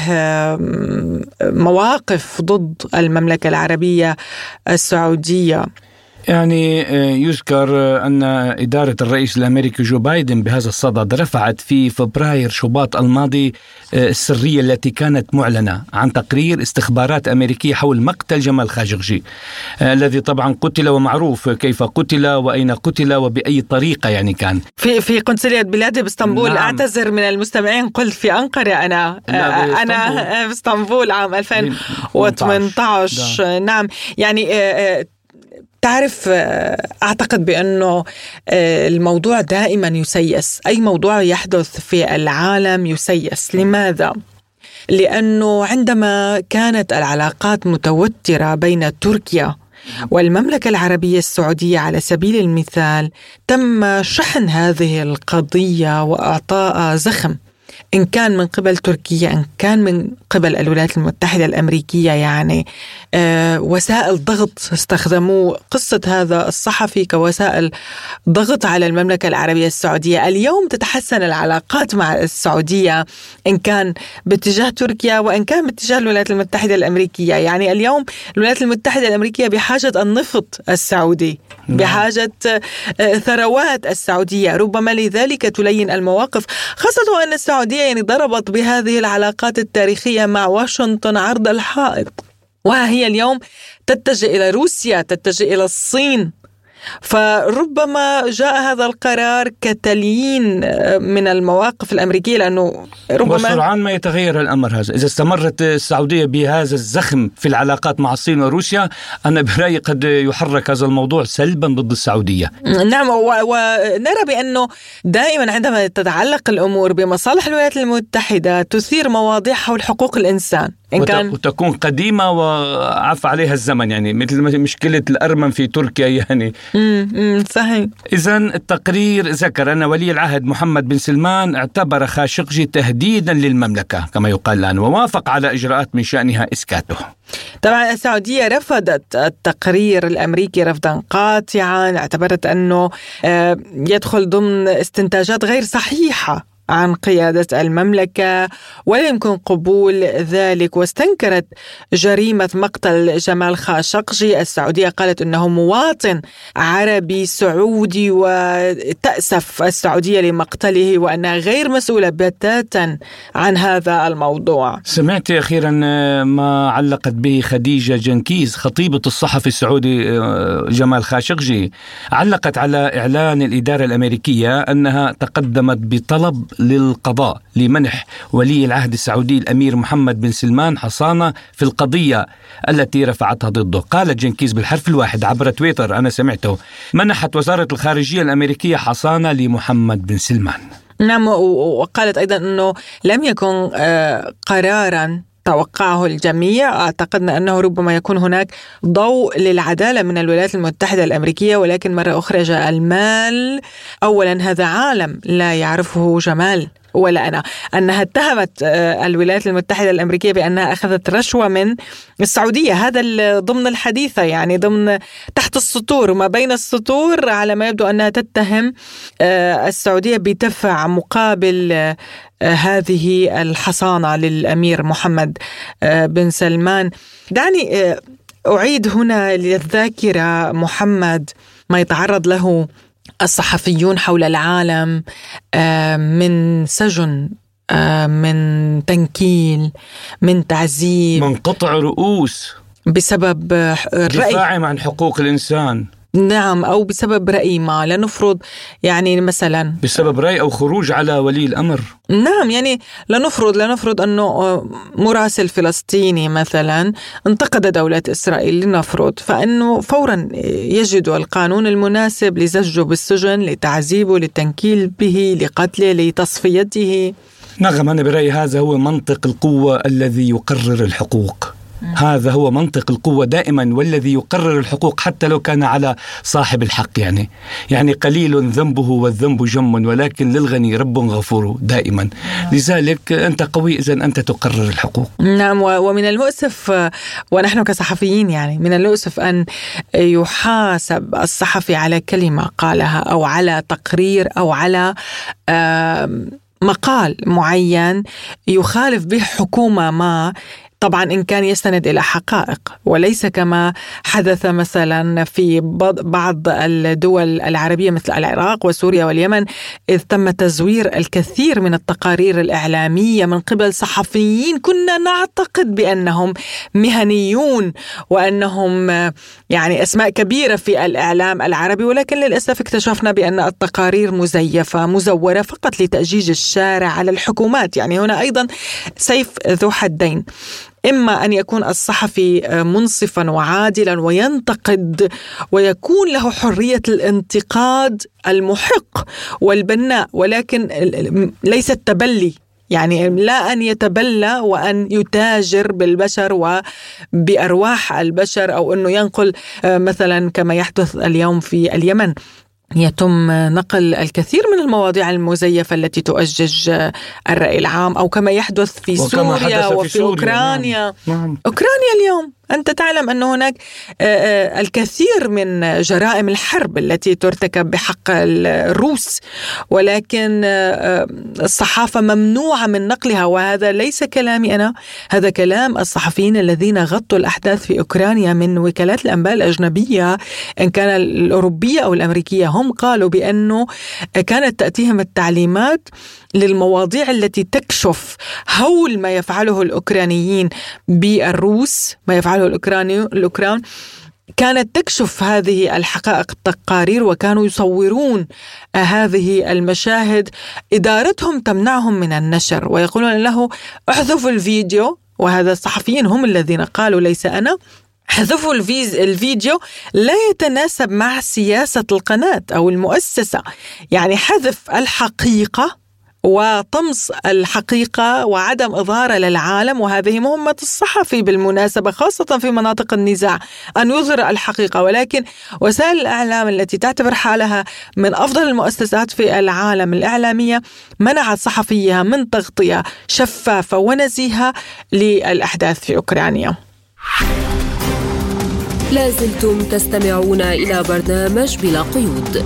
Speaker 3: مواقف ضد المملكة العربية السعودية.
Speaker 4: يعني يذكر أن إدارة الرئيس الأمريكي جو بايدن بهذا الصدد رفعت في فبراير شباط الماضي السرية التي كانت معلنة عن تقرير استخبارات أمريكية حول مقتل جمال خاشقجي الذي طبعا قتل، ومعروف كيف قتل وأين قتل وبأي طريقة. يعني كان
Speaker 3: في في قنصلية بلاده باسطنبول. نعم. أعتذر من المستمعين، قلت في أنقرة، أنا أنا باسطنبول عام ألفين وثمانية عشر. نعم، يعني تعرف، أعتقد بأنه الموضوع دائما يسيس، أي موضوع يحدث في العالم يسيس. لماذا؟ لأنه عندما كانت العلاقات متوترة بين تركيا والمملكة العربية السعودية على سبيل المثال، تم شحن هذه القضية وإعطاء زخم، إن كان من قبل تركيا إن كان من قبل الولايات المتحدة الأمريكية. يعني آه وسائل ضغط استخدموا قصة هذا الصحفي كوسائل ضغط على المملكة العربية السعودية. اليوم تتحسن العلاقات مع السعودية إن كان باتجاه تركيا وإن كان باتجاه الولايات المتحدة الأمريكية. يعني اليوم الولايات المتحدة الأمريكية بحاجة النفط السعودي، بحاجة ثروات السعودية، ربما لذلك تلين المواقف، خاصة أن السعودية يعني ضربت بهذه العلاقات التاريخية مع واشنطن عرض الحائط، وهي اليوم تتجه إلى روسيا، تتجه إلى الصين. فربما جاء هذا القرار كتليين من المواقف الأمريكية، لأنه ربما
Speaker 4: وسرعان ما يتغير الأمر هذا. إذا استمرت السعودية بهذا الزخم في العلاقات مع الصين وروسيا، أنا برأيي قد يحرك هذا الموضوع سلبا ضد السعودية.
Speaker 3: نعم، ونرى بأنه دائما عندما تتعلق الأمور بمصالح الولايات المتحدة تثير مواضيع حول حقوق الإنسان إن كان
Speaker 4: وتكون قديمة وعفى عليها الزمن، يعني مثل مشكلة الأرمن في تركيا يعني.
Speaker 3: امم صحيح.
Speaker 4: إذن التقرير ذكر أن ولي العهد محمد بن سلمان اعتبر خاشقجي تهديدا للمملكة كما يقال الآن، ووافق على إجراءات من شأنها إسكاته.
Speaker 3: طبعا السعودية رفضت التقرير الأمريكي رفضا قاطعا، اعتبرت أنه يدخل ضمن استنتاجات غير صحيحة عن قيادة المملكة ولا يمكن قبول ذلك، واستنكرت جريمة مقتل جمال خاشقجي. السعودية قالت أنه مواطن عربي سعودي وتأسف السعودية لمقتله وأنها غير مسؤولة بتاتا عن هذا الموضوع.
Speaker 4: سمعت أخيرا ما علقت به خديجة جنكيز خطيبة الصحفي السعودي جمال خاشقجي، علقت على إعلان الإدارة الأمريكية أنها تقدمت بطلب للقضاء لمنح ولي العهد السعودي الأمير محمد بن سلمان حصانة في القضية التي رفعتها ضده. قالت جنكيز بالحرف الواحد عبر تويتر، أنا سمعته، منحت وزارة الخارجية الأمريكية حصانة لمحمد بن سلمان.
Speaker 3: نعم، وقالت أيضا أنه لم يكن قراراً توقعه الجميع، اعتقدنا أنه ربما يكون هناك ضوء للعدالة من الولايات المتحدة الأمريكية، ولكن مرة أخرى جاء المال. أولا هذا عالم لا يعرفه جمال ولا أنا، أنها اتهمت الولايات المتحدة الأمريكية بأنها أخذت رشوة من السعودية، هذا ضمن الحديثة، يعني ضمن تحت السطور وما بين السطور، على ما يبدو أنها تتهم السعودية بدفع مقابل هذه الحصانة للأمير محمد بن سلمان. دعني أعيد هنا للذاكرة محمد ما يتعرض له الصحفيون حول العالم من سجن، من تنكيل، من تعذيب،
Speaker 4: من قطع رؤوس
Speaker 3: بسبب
Speaker 4: دفاعهم عن حقوق الإنسان.
Speaker 3: نعم، أو بسبب رأي ما، لنفرض يعني مثلا
Speaker 4: بسبب رأي أو خروج على ولي الأمر.
Speaker 3: نعم، يعني لنفرض لنفرض أنه مراسل فلسطيني مثلا انتقد دولة إسرائيل، لنفرض، فإنه فورا يجد القانون المناسب لزجه بالسجن، لتعذيبه، للتنكيل به، لقتله، لتصفيته.
Speaker 4: نعم، أنا برأيي هذا هو منطق القوة الذي يقرر الحقوق. هذا هو منطق القوة دائما، والذي يقرر الحقوق حتى لو كان على صاحب الحق. يعني يعني قليل ذنبه والذنب جم، ولكن للغني رب غفور دائما. لذلك أنت قوي إذا أنت تقرر الحقوق.
Speaker 3: نعم، ومن المؤسف ونحن كصحفيين يعني من المؤسف أن يحاسب الصحفي على كلمة قالها أو على تقرير أو على مقال معين يخالف به حكومة ما، طبعا إن كان يستند إلى حقائق، وليس كما حدث مثلا في بعض الدول العربية مثل العراق وسوريا واليمن، إذ تم تزوير الكثير من التقارير الإعلامية من قبل صحفيين كنا نعتقد بأنهم مهنيون وأنهم يعني أسماء كبيرة في الإعلام العربي، ولكن للأسف اكتشفنا بأن التقارير مزيفة مزورة فقط لتأجيج الشارع على الحكومات. يعني هنا أيضا سيف ذو حدين، إما أن يكون الصحفي منصفا وعادلا وينتقد ويكون له حرية الانتقاد المحق والبناء، ولكن ليس التبلي، يعني لا أن يتبلى وأن يتاجر بالبشر وبأرواح البشر، أو أنه ينقل مثلا كما يحدث اليوم في اليمن، يتم نقل الكثير من المواضيع المزيفة التي تؤجج الرأي العام، أو كما يحدث في سوريا وفي في أوكرانيا. نعم. أوكرانيا اليوم أنت تعلم أن هناك الكثير من جرائم الحرب التي ترتكب بحق الروس، ولكن الصحافة ممنوعة من نقلها. وهذا ليس كلامي أنا، هذا كلام الصحفيين الذين غطوا الأحداث في أوكرانيا من وكالات الأنباء الأجنبية إن كان الأوروبية أو الأمريكية، هم هم قالوا بأنه كانت تأتيهم التعليمات للمواضيع التي تكشف هول ما يفعله الأوكرانيين بالروس، ما يفعله الأوكراني الأوكران كانت تكشف هذه الحقائق التقارير، وكانوا يصورون هذه المشاهد. إدارتهم تمنعهم من النشر ويقولون له احذفوا الفيديو، وهذا الصحفيين هم الذين قالوا ليس أنا، حذفوا الفيديو لا يتناسب مع سياسة القناة أو المؤسسة، يعني حذف الحقيقة وطمس الحقيقة وعدم إظهارها للعالم. وهذه مهمة الصحفي بالمناسبة، خاصة في مناطق النزاع، أن يظهر الحقيقة. ولكن وسائل الإعلام التي تعتبر حالها من أفضل المؤسسات في العالم الإعلامية منعت صحفيها من تغطية شفافة ونزيهة للأحداث في أوكرانيا.
Speaker 1: لازلتم تستمعون إلى برنامج بلا قيود.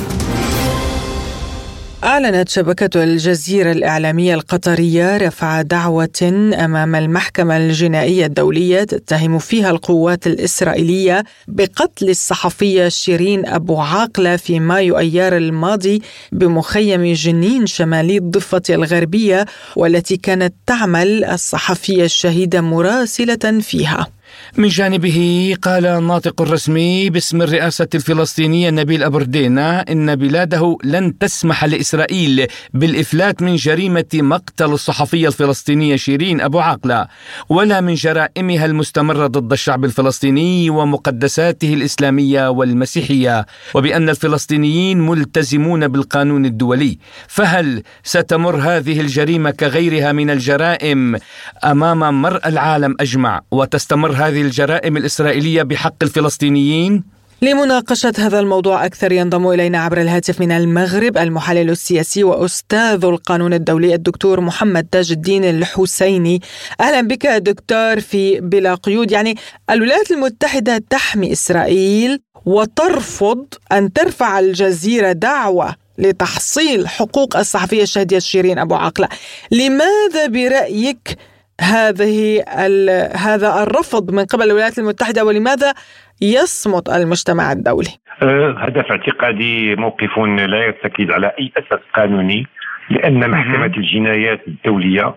Speaker 3: أعلنت شبكة الجزيرة الإعلامية القطرية رفع دعوة أمام المحكمة الجنائية الدولية تتهم فيها القوات الإسرائيلية بقتل الصحفية شيرين أبو عاقلة في مايو أيار الماضي بمخيم جنين شمالي الضفة الغربية، والتي كانت تعمل الصحفية الشهيدة مراسلة فيها.
Speaker 4: من جانبه قال الناطق الرسمي باسم الرئاسة الفلسطينية نبيل أبردينا إن بلاده لن تسمح لإسرائيل بالإفلات من جريمة مقتل الصحفية الفلسطينية شيرين أبو عاقلة ولا من جرائمها المستمرة ضد الشعب الفلسطيني ومقدساته الإسلامية والمسيحية، وبأن الفلسطينيين ملتزمون بالقانون الدولي. فهل ستمر هذه الجريمة كغيرها من الجرائم أمام مرأى العالم أجمع وتستمر هذه الجرائم الإسرائيلية بحق الفلسطينيين؟
Speaker 3: لمناقشة هذا الموضوع أكثر ينضم إلينا عبر الهاتف من المغرب المحلل السياسي وأستاذ القانون الدولي الدكتور محمد تاج الدين الحسيني. أهلا بك دكتور في بلا قيود. يعني الولايات المتحدة تحمي إسرائيل وترفض أن ترفع الجزيرة دعوة لتحصيل حقوق الصحفية الشهيدة شيرين أبو عاقلة. لماذا برأيك هذه هذا الرفض من قبل الولايات المتحدة، ولماذا يصمت المجتمع الدولي؟
Speaker 9: هذا في اعتقادي موقف لا يرتكز على أي أساس قانوني، لأن محكمة الجنايات الدولية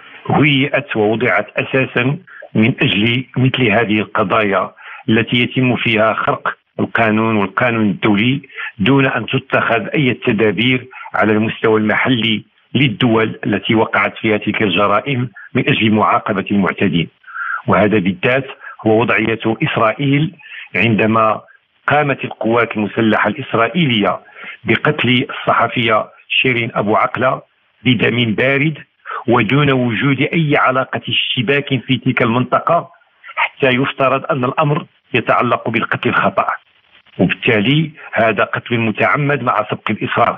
Speaker 9: هيئت ووضعت أساسا من أجل مثل هذه القضايا التي يتم فيها خرق القانون والقانون الدولي دون أن تتخذ أي تدابير على المستوى المحلي للدول التي وقعت فيها تلك الجرائم من أجل معاقبة المعتدين. وهذا بالذات هو وضعية إسرائيل عندما قامت القوات المسلحة الإسرائيلية بقتل الصحفية شيرين أبو عاقلة بدم بارد ودون وجود أي علاقة اشتباك في تلك المنطقة، حتى يفترض أن الأمر يتعلق بالقتل الخطأ، وبالتالي هذا قتل متعمد مع سبق الإصرار.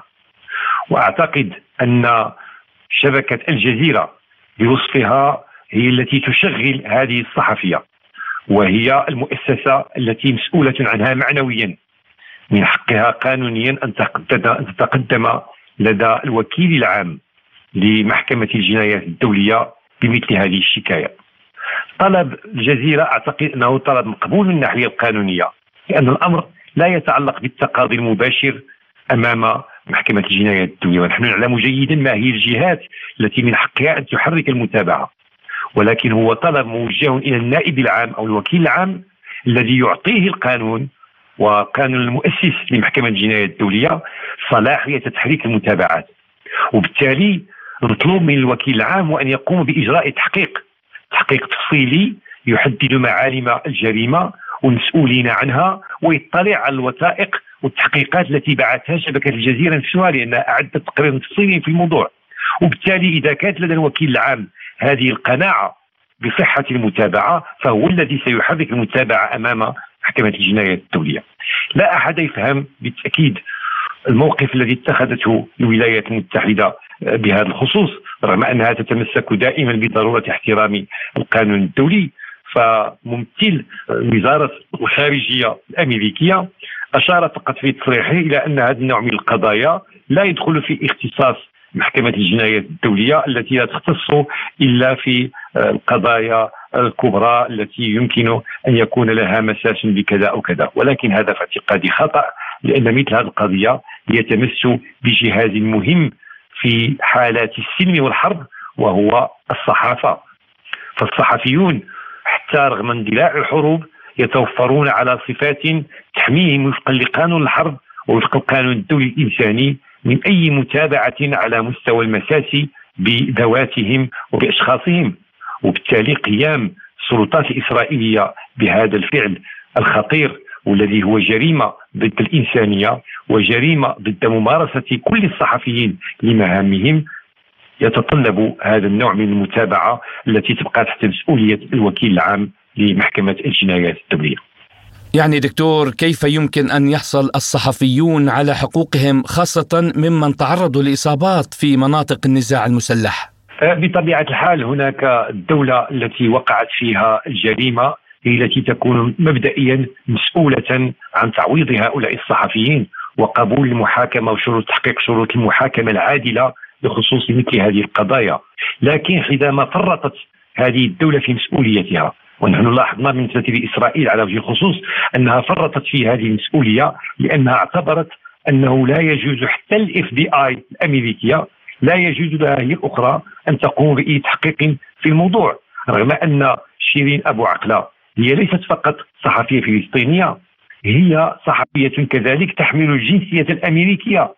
Speaker 9: وأعتقد أن شبكة الجزيرة بوصفها هي التي تشغل هذه الصحفية، وهي المؤسسة التي مسؤولة عنها معنويا، من حقها قانونيا أن تتقدم لدى الوكيل العام لمحكمة الجنايات الدولية بمثل هذه الشكاية. طلب الجزيرة أعتقد أنه طلب مقبول من الناحية القانونية، لأن الأمر لا يتعلق بالتقاضي المباشر أمام محكمة الجنايات الدولية، ونحن نعلم جيدا ما هي الجهات التي من حقها أن تحرك المتابعة، ولكن هو طلب موجه إلى النائب العام أو الوكيل العام الذي يعطيه القانون وقانون المؤسس لمحكمة الجنايات الدولية صلاحية تحريك المتابعات. وبالتالي المطلوب من الوكيل العام هو أن يقوم بإجراء تحقيق تحقيق تفصيلي يحدد معالم الجريمة والمسؤولين عنها، ويطلع على الوثائق والتحقيقات التي بعثها شبكة الجزيرة نفسها، لأنها أعدت تقرير تفصيلي في الموضوع. وبالتالي إذا كانت لدى الوكيل العام هذه القناعة بصحة المتابعة، فهو الذي سيحرك المتابعة أمام محكمة الجنايات الدولية. لا أحد يفهم بالتأكيد الموقف الذي اتخذته الولايات المتحدة بهذا الخصوص، رغم أنها تتمسك دائما بضرورة احترام القانون الدولي. فممثل وزارة الخارجية الأمريكية أشار فقط في تصريحه إلى أن هذا النوع من القضايا لا يدخل في اختصاص محكمة الجنايات الدولية التي لا تختص إلا في القضايا الكبرى التي يمكن أن يكون لها مساس بكذا أو كذا. ولكن هذا في اعتقادي خطأ، لأن مثل هذه القضية يتمس بجهاز مهم في حالات السلم والحرب وهو الصحافة. فالصحفيون حتى رغم اندلاع الحروب يتوفرون على صفات تحميهم وفقا لقانون الحرب ووفق القانون الدولي الإنساني من أي متابعة على مستوى المساس بذواتهم وبأشخاصهم. وبالتالي قيام السلطات الإسرائيلية بهذا الفعل الخطير والذي هو جريمة ضد الإنسانية وجريمة ضد ممارسة كل الصحفيين لمهامهم يتطلب هذا النوع من المتابعة التي تبقى تحت مسؤولية الوكيل العام لمحكمة الجنايات الدولية.
Speaker 4: يعني دكتور، كيف يمكن أن يحصل الصحفيون على حقوقهم خاصة ممن تعرضوا لإصابات في مناطق النزاع المسلح؟
Speaker 9: بطبيعة الحال هناك الدولة التي وقعت فيها الجريمة هي التي تكون مبدئيا مسؤولة عن تعويض هؤلاء الصحفيين وقبول المحاكمة وشروط تحقيق شروط المحاكمة العادلة بخصوص مثل هذه القضايا. لكن حينما فرطت هذه الدولة في مسؤوليتها، ونحن لاحظنا من سفير إسرائيل على وجه الخصوص أنها فرطت في هذه المسؤولية لأنها اعتبرت أنه لا يجوز حتى الاف بي اي الأمريكية لا يجوز لها هي الأخرى أن تقوم بأي تحقيق في الموضوع، رغم أن شيرين أبو عقلة هي ليست فقط صحفية فلسطينية، هي صحفية كذلك تحمل الجنسية الأمريكية.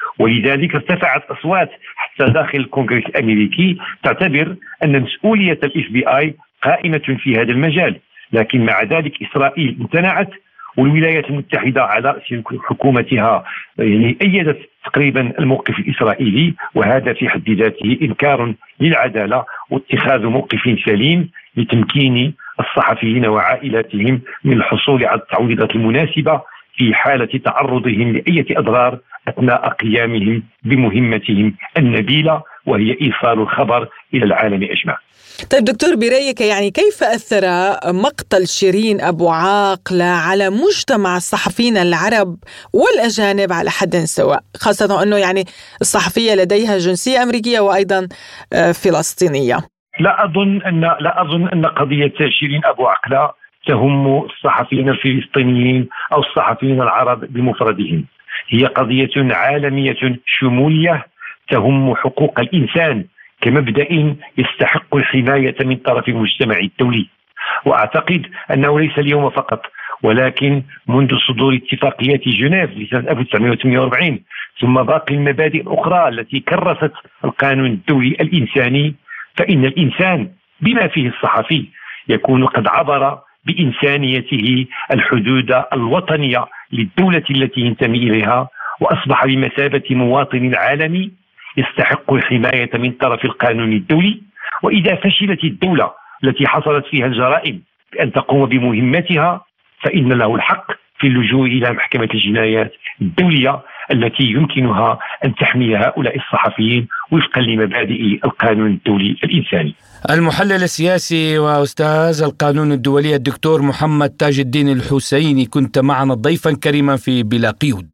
Speaker 9: ولذلك ارتفعت أصوات حتى داخل الكونغرس الأمريكي تعتبر أن مسؤولية الاف بي اي قائمة في هذا المجال. لكن مع ذلك إسرائيل امتنعت، والولايات المتحدة على رأس حكومتها يعني أيدت تقريبا الموقف الإسرائيلي، وهذا في حد ذاته إنكار للعدالة واتخاذ موقف سليم لتمكين الصحفيين وعائلاتهم من الحصول على التعويضات المناسبة في حالة تعرضهم لأي أضرار أثناء قيامهم بمهمتهم النبيلة وهي إيصال الخبر إلى العالم أجمع.
Speaker 3: طيب دكتور، برأيك يعني كيف أثر مقتل شيرين أبو عاقلة على مجتمع الصحفيين العرب والأجانب على حد سواء، خاصة أنه يعني الصحفية لديها جنسية أمريكية وأيضا فلسطينية؟
Speaker 9: لا أظن أن لا أظن أن قضية شيرين أبو عقلة تهم الصحفيين الفلسطينيين أو الصحفيين العرب بمفردهم، هي قضية عالمية شمولية تهم حقوق الإنسان كمبدأ يستحق الحماية من طرف المجتمع الدولي. وأعتقد أنه ليس اليوم فقط ولكن منذ صدور اتفاقيات جنيف لسنة ألف وتسعمائة وثمانية وأربعين ثم باقي المبادئ الأخرى التي كرست القانون الدولي الإنساني، فإن الإنسان بما فيه الصحفي يكون قد عبر بإنسانيته الحدود الوطنية للدولة التي ينتمي إليها وأصبح بمثابة مواطن عالمي يستحق الحماية من طرف القانون الدولي. وإذا فشلت الدولة التي حصلت فيها الجرائم بأن تقوم بمهمتها فإن له الحق في اللجوء إلى محكمة الجنايات الدولية التي يمكنها أن تحمي هؤلاء الصحفيين وفقا لمبادئ القانون الدولي الإنساني.
Speaker 4: المحلل السياسي وأستاذ القانون الدولي الدكتور محمد تاج الدين الحسيني، كنت معنا ضيفا كريما في بلا قيود.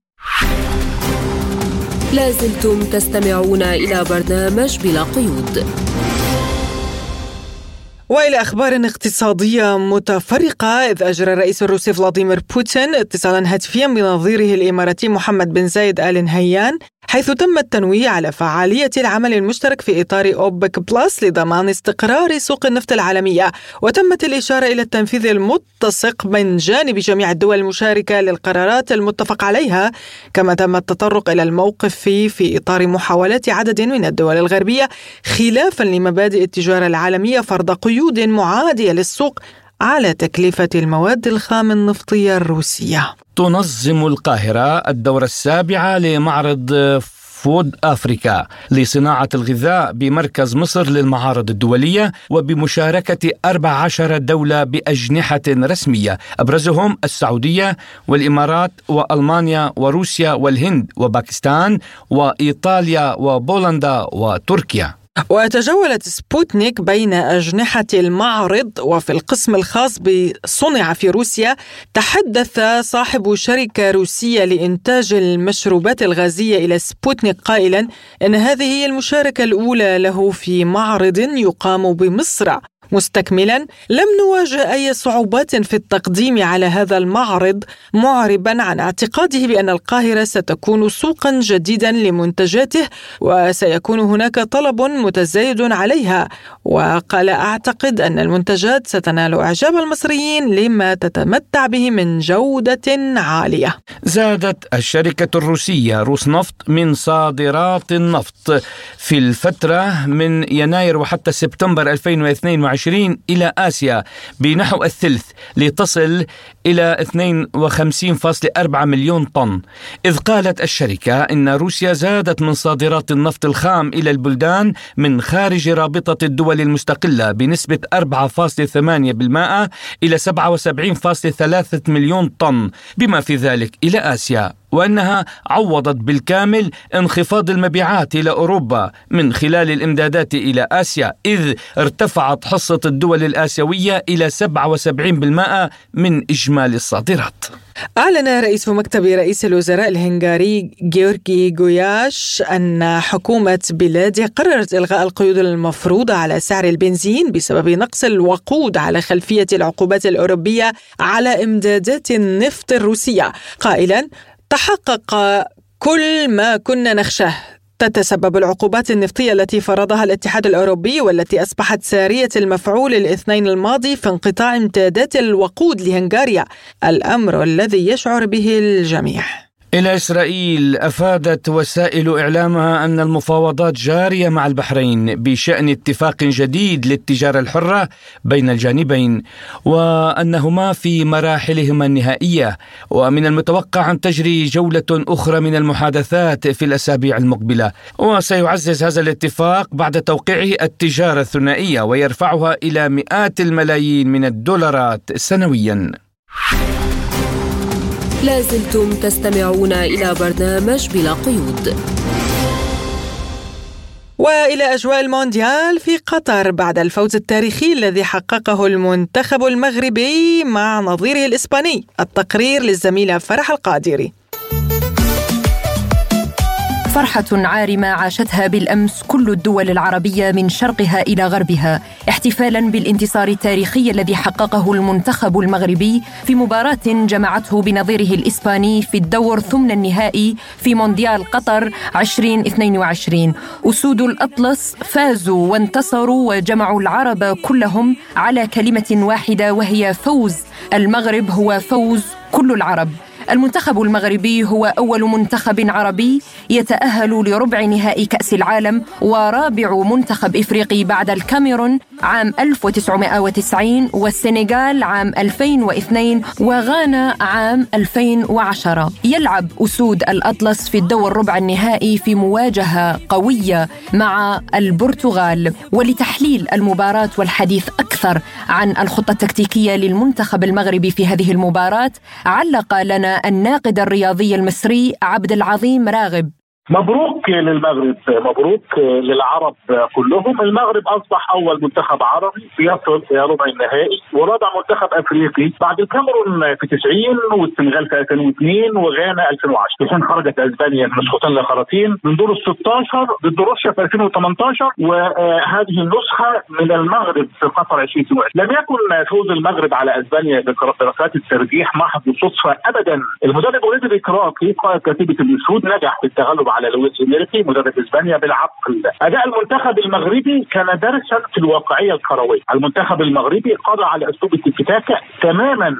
Speaker 1: لازلتم تستمعون إلى برنامج بلا قيود.
Speaker 3: وإلى أخبار اقتصادية متفرقة، إذ أجرى الرئيس الروسي فلاديمير بوتين اتصالا هاتفيا بنظيره الإماراتي محمد بن زايد آل نهيان، حيث تم التنويه على فعالية العمل المشترك في إطار أوبك بلس لضمان استقرار سوق النفط العالمية، وتمت الإشارة إلى التنفيذ المتسق من جانب جميع الدول المشاركة للقرارات المتفق عليها، كما تم التطرق إلى الموقف في, في إطار محاولات عدد من الدول الغربية خلافا لمبادئ التجارة العالمية فرض قيود معادية للسوق على تكلفة المواد الخام النفطية الروسية.
Speaker 4: تنظم القاهرة الدورة السابعة لمعرض فود أفريكا لصناعة الغذاء بمركز مصر للمعارض الدولية، وبمشاركة أربع عشرة دولة بأجنحة رسمية أبرزهم السعودية والإمارات وألمانيا وروسيا والهند وباكستان وإيطاليا وبولندا وتركيا.
Speaker 3: وتجولت سبوتنيك بين أجنحة المعرض، وفي القسم الخاص بصنع في روسيا تحدث صاحب شركة روسية لإنتاج المشروبات الغازية إلى سبوتنيك قائلا إن هذه هي المشاركة الأولى له في معرض يقام بمصر، مستكملا: لم نواجه أي صعوبات في التقديم على هذا المعرض، معربا عن اعتقاده بأن القاهرة ستكون سوقا جديدا لمنتجاته وسيكون هناك طلب متزايد عليها. وقال: أعتقد أن المنتجات ستنال إعجاب المصريين لما تتمتع به من جودة عالية.
Speaker 4: زادت الشركة الروسية روسنفط من صادرات النفط في الفترة من يناير وحتى سبتمبر ألفين واثنين وعشرين إلى آسيا بنحو الثلث لتصل إلى اثنين وخمسين فاصلة أربعة مليون طن، إذ قالت الشركة إن روسيا زادت من صادرات النفط الخام إلى البلدان من خارج رابطة الدول المستقلة بنسبة أربعة فاصلة ثمانية بالمئة إلى سبعة وسبعين فاصلة ثلاثة مليون طن، بما في ذلك إلى آسيا، وأنها عوضت بالكامل انخفاض المبيعات إلى أوروبا من خلال الإمدادات إلى آسيا، إذ ارتفعت حصة الدول الآسيوية إلى سبعة وسبعين بالمئة من إجمالي الصادرات.
Speaker 3: أعلن رئيس مكتب رئيس الوزراء الهنغاري جيورغي غوياش أن حكومة بلاده قررت إلغاء القيود المفروضة على سعر البنزين بسبب نقص الوقود على خلفية العقوبات الأوروبية على إمدادات النفط الروسية، قائلا: تحقق كل ما كنا نخشاه. تتسبب العقوبات النفطية التي فرضها الاتحاد الأوروبي والتي أصبحت سارية المفعول الاثنين الماضي في انقطاع امدادات الوقود لهنغاريا، الأمر الذي يشعر به الجميع.
Speaker 4: إلى إسرائيل، أفادت وسائل إعلامها أن المفاوضات جارية مع البحرين بشأن اتفاق جديد للتجارة الحرة بين الجانبين، وأنهما في مراحلهما النهائية، ومن المتوقع أن تجري جولة أخرى من المحادثات في الأسابيع المقبلة. وسيعزز هذا الاتفاق بعد توقيعه التجارة الثنائية ويرفعها إلى مئات الملايين من الدولارات سنويا.
Speaker 1: لازلتم تستمعون إلى برنامج بلا قيود.
Speaker 3: وإلى أجواء المونديال في قطر بعد الفوز التاريخي الذي حققه المنتخب المغربي مع نظيره الإسباني. التقرير للزميلة فرح القادري.
Speaker 10: فرحة عارمة عاشتها بالأمس كل الدول العربية من شرقها إلى غربها، احتفالاً بالانتصار التاريخي الذي حققه المنتخب المغربي في مباراة جمعته بنظيره الإسباني في الدور ثمن النهائي في مونديال قطر عشرين اثنين وعشرين. أسود الأطلس فازوا وانتصروا وجمعوا العرب كلهم على كلمة واحدة، وهي فوز المغرب هو فوز كل العرب. المنتخب المغربي هو أول منتخب عربي يتأهل لربع نهائي كأس العالم، ورابع منتخب إفريقي بعد الكاميرون عام ألف وتسعمائة وتسعين والسنغال عام ألفين واثنين وغانا عام ألفين وعشرة. يلعب أسود الأطلس في الدور ربع النهائي في مواجهة قوية مع البرتغال. ولتحليل المباراة والحديث أكثر عن الخطة التكتيكية للمنتخب المغربي في هذه المباراة، علق لنا الناقد الرياضي المصري عبد العظيم راغب.
Speaker 11: مبروك للمغرب، مبروك للعرب كلهم. المغرب أصبح أول منتخب عربي يصل إلى ربع النهائي ورابع منتخب أفريقي بعد الكاميرون في تسعين والسنغال في ألفين واثنين وغانا ألفين وعشرة، حين خرجت أسبانيا نسختين لخرتين من دور الستة عشر ضد روسيا في ألفين وثمانية عشر، وهذه النسخة من المغرب في قطر عشرين اثنين وعشرين. لم يكن فوز المغرب على أسبانيا بركلات الترجيح محض صدفة أبدا. المدرب أوليفيه ديكراكي قائد كتيبة الأسود نجح في التغلب على لويس إنريكي مدرب إسبانيا بالعقل. أداء المنتخب المغربي كان درسا في الواقعية الكروية. المنتخب المغربي قضى على أسلوب التيكي-تاكا تماما.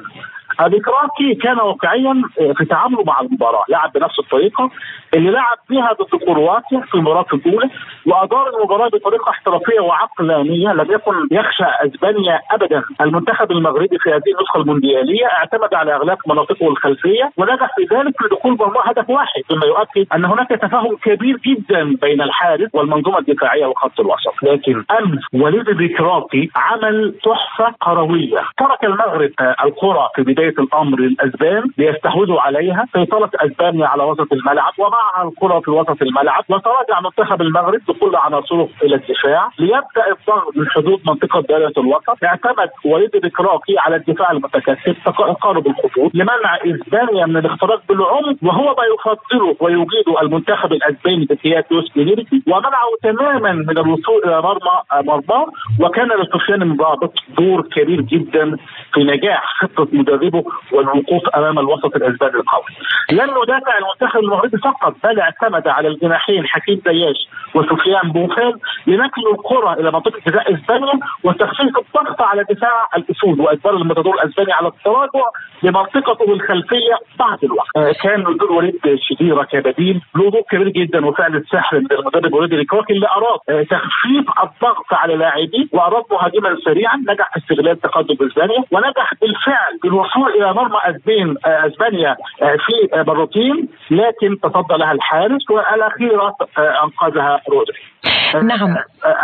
Speaker 11: ديكراكي كان واقعيا في تعامله مع المباراة، لعب بنفس الطريقة اللي لعب بها ضد كرواتيا في المباراة الأولى، وأدار المباراة بطريقة احترافية وعقلانية، لم يكن يخشى أسبانيا أبدا. المنتخب المغربي في هذه النسخة المونديالية اعتمد على إغلاق مناطقه الخلفية ونجح في ذلك لدخول مرمى هدف واحد، مما يؤكد أن هناك تفاهم كبير جدا بين الحارس والمنظومة الدفاعية وخط الوسط. لكن أمس وليد ديكراكي عمل تحفة كروية، ترك المغرب الكرة في بداية ولية الأمر الأسبان ليستحوذوا عليها، سيطرة أسبانيا على وسط الملعب ومعها الكرة في وسط الملعب، وتراجع منتخب المغرب بكل عناصره إلى الدفاع ليبدأ الضغط من حدود منطقة دائرة الوسط. اعتمد وليد الكراكي على الدفاع المتكثف تقارب الخطوط لمنع إسبانيا من الاختراق بالعمق، وهو ما يفضله ويجيده المنتخب الأسباني بقيادة لويس إنريكي، ومنعه تماما من الوصول إلى مرمى مرمى. وكان لسفيان مرابط دور كبير جدا في نجاح خطة مدربه والوقوف أمام الوسط الأسباني القوي. لم يدافع المنتخب المغربي فقط، بل اعتمد على الجناحين حكيم زياش وسفيان بوفال لنقل الكرة إلى منطقة جزاء إسبانيا وتخفيف الضغط على دفاع الأسود وإجبار المتدور الأسباني على التراجع لمنطقته الخلفية بعد الوقت. كان دور وليد شديرة كبديل له دور كبير جدا وفعل السحر من المدرب وليد الكراكي اللي أراد تخفيف الضغط على لاعبيه وأراد مهاجما سريعا، نجح في استغلال تقدم إسبانيا ونجح بالفعل بالوصول إلى مرمى أسبان أسبانيا في مرتين، لكن تصدى لها الحارس والأخيرة أنقذها رودري.
Speaker 10: نعم.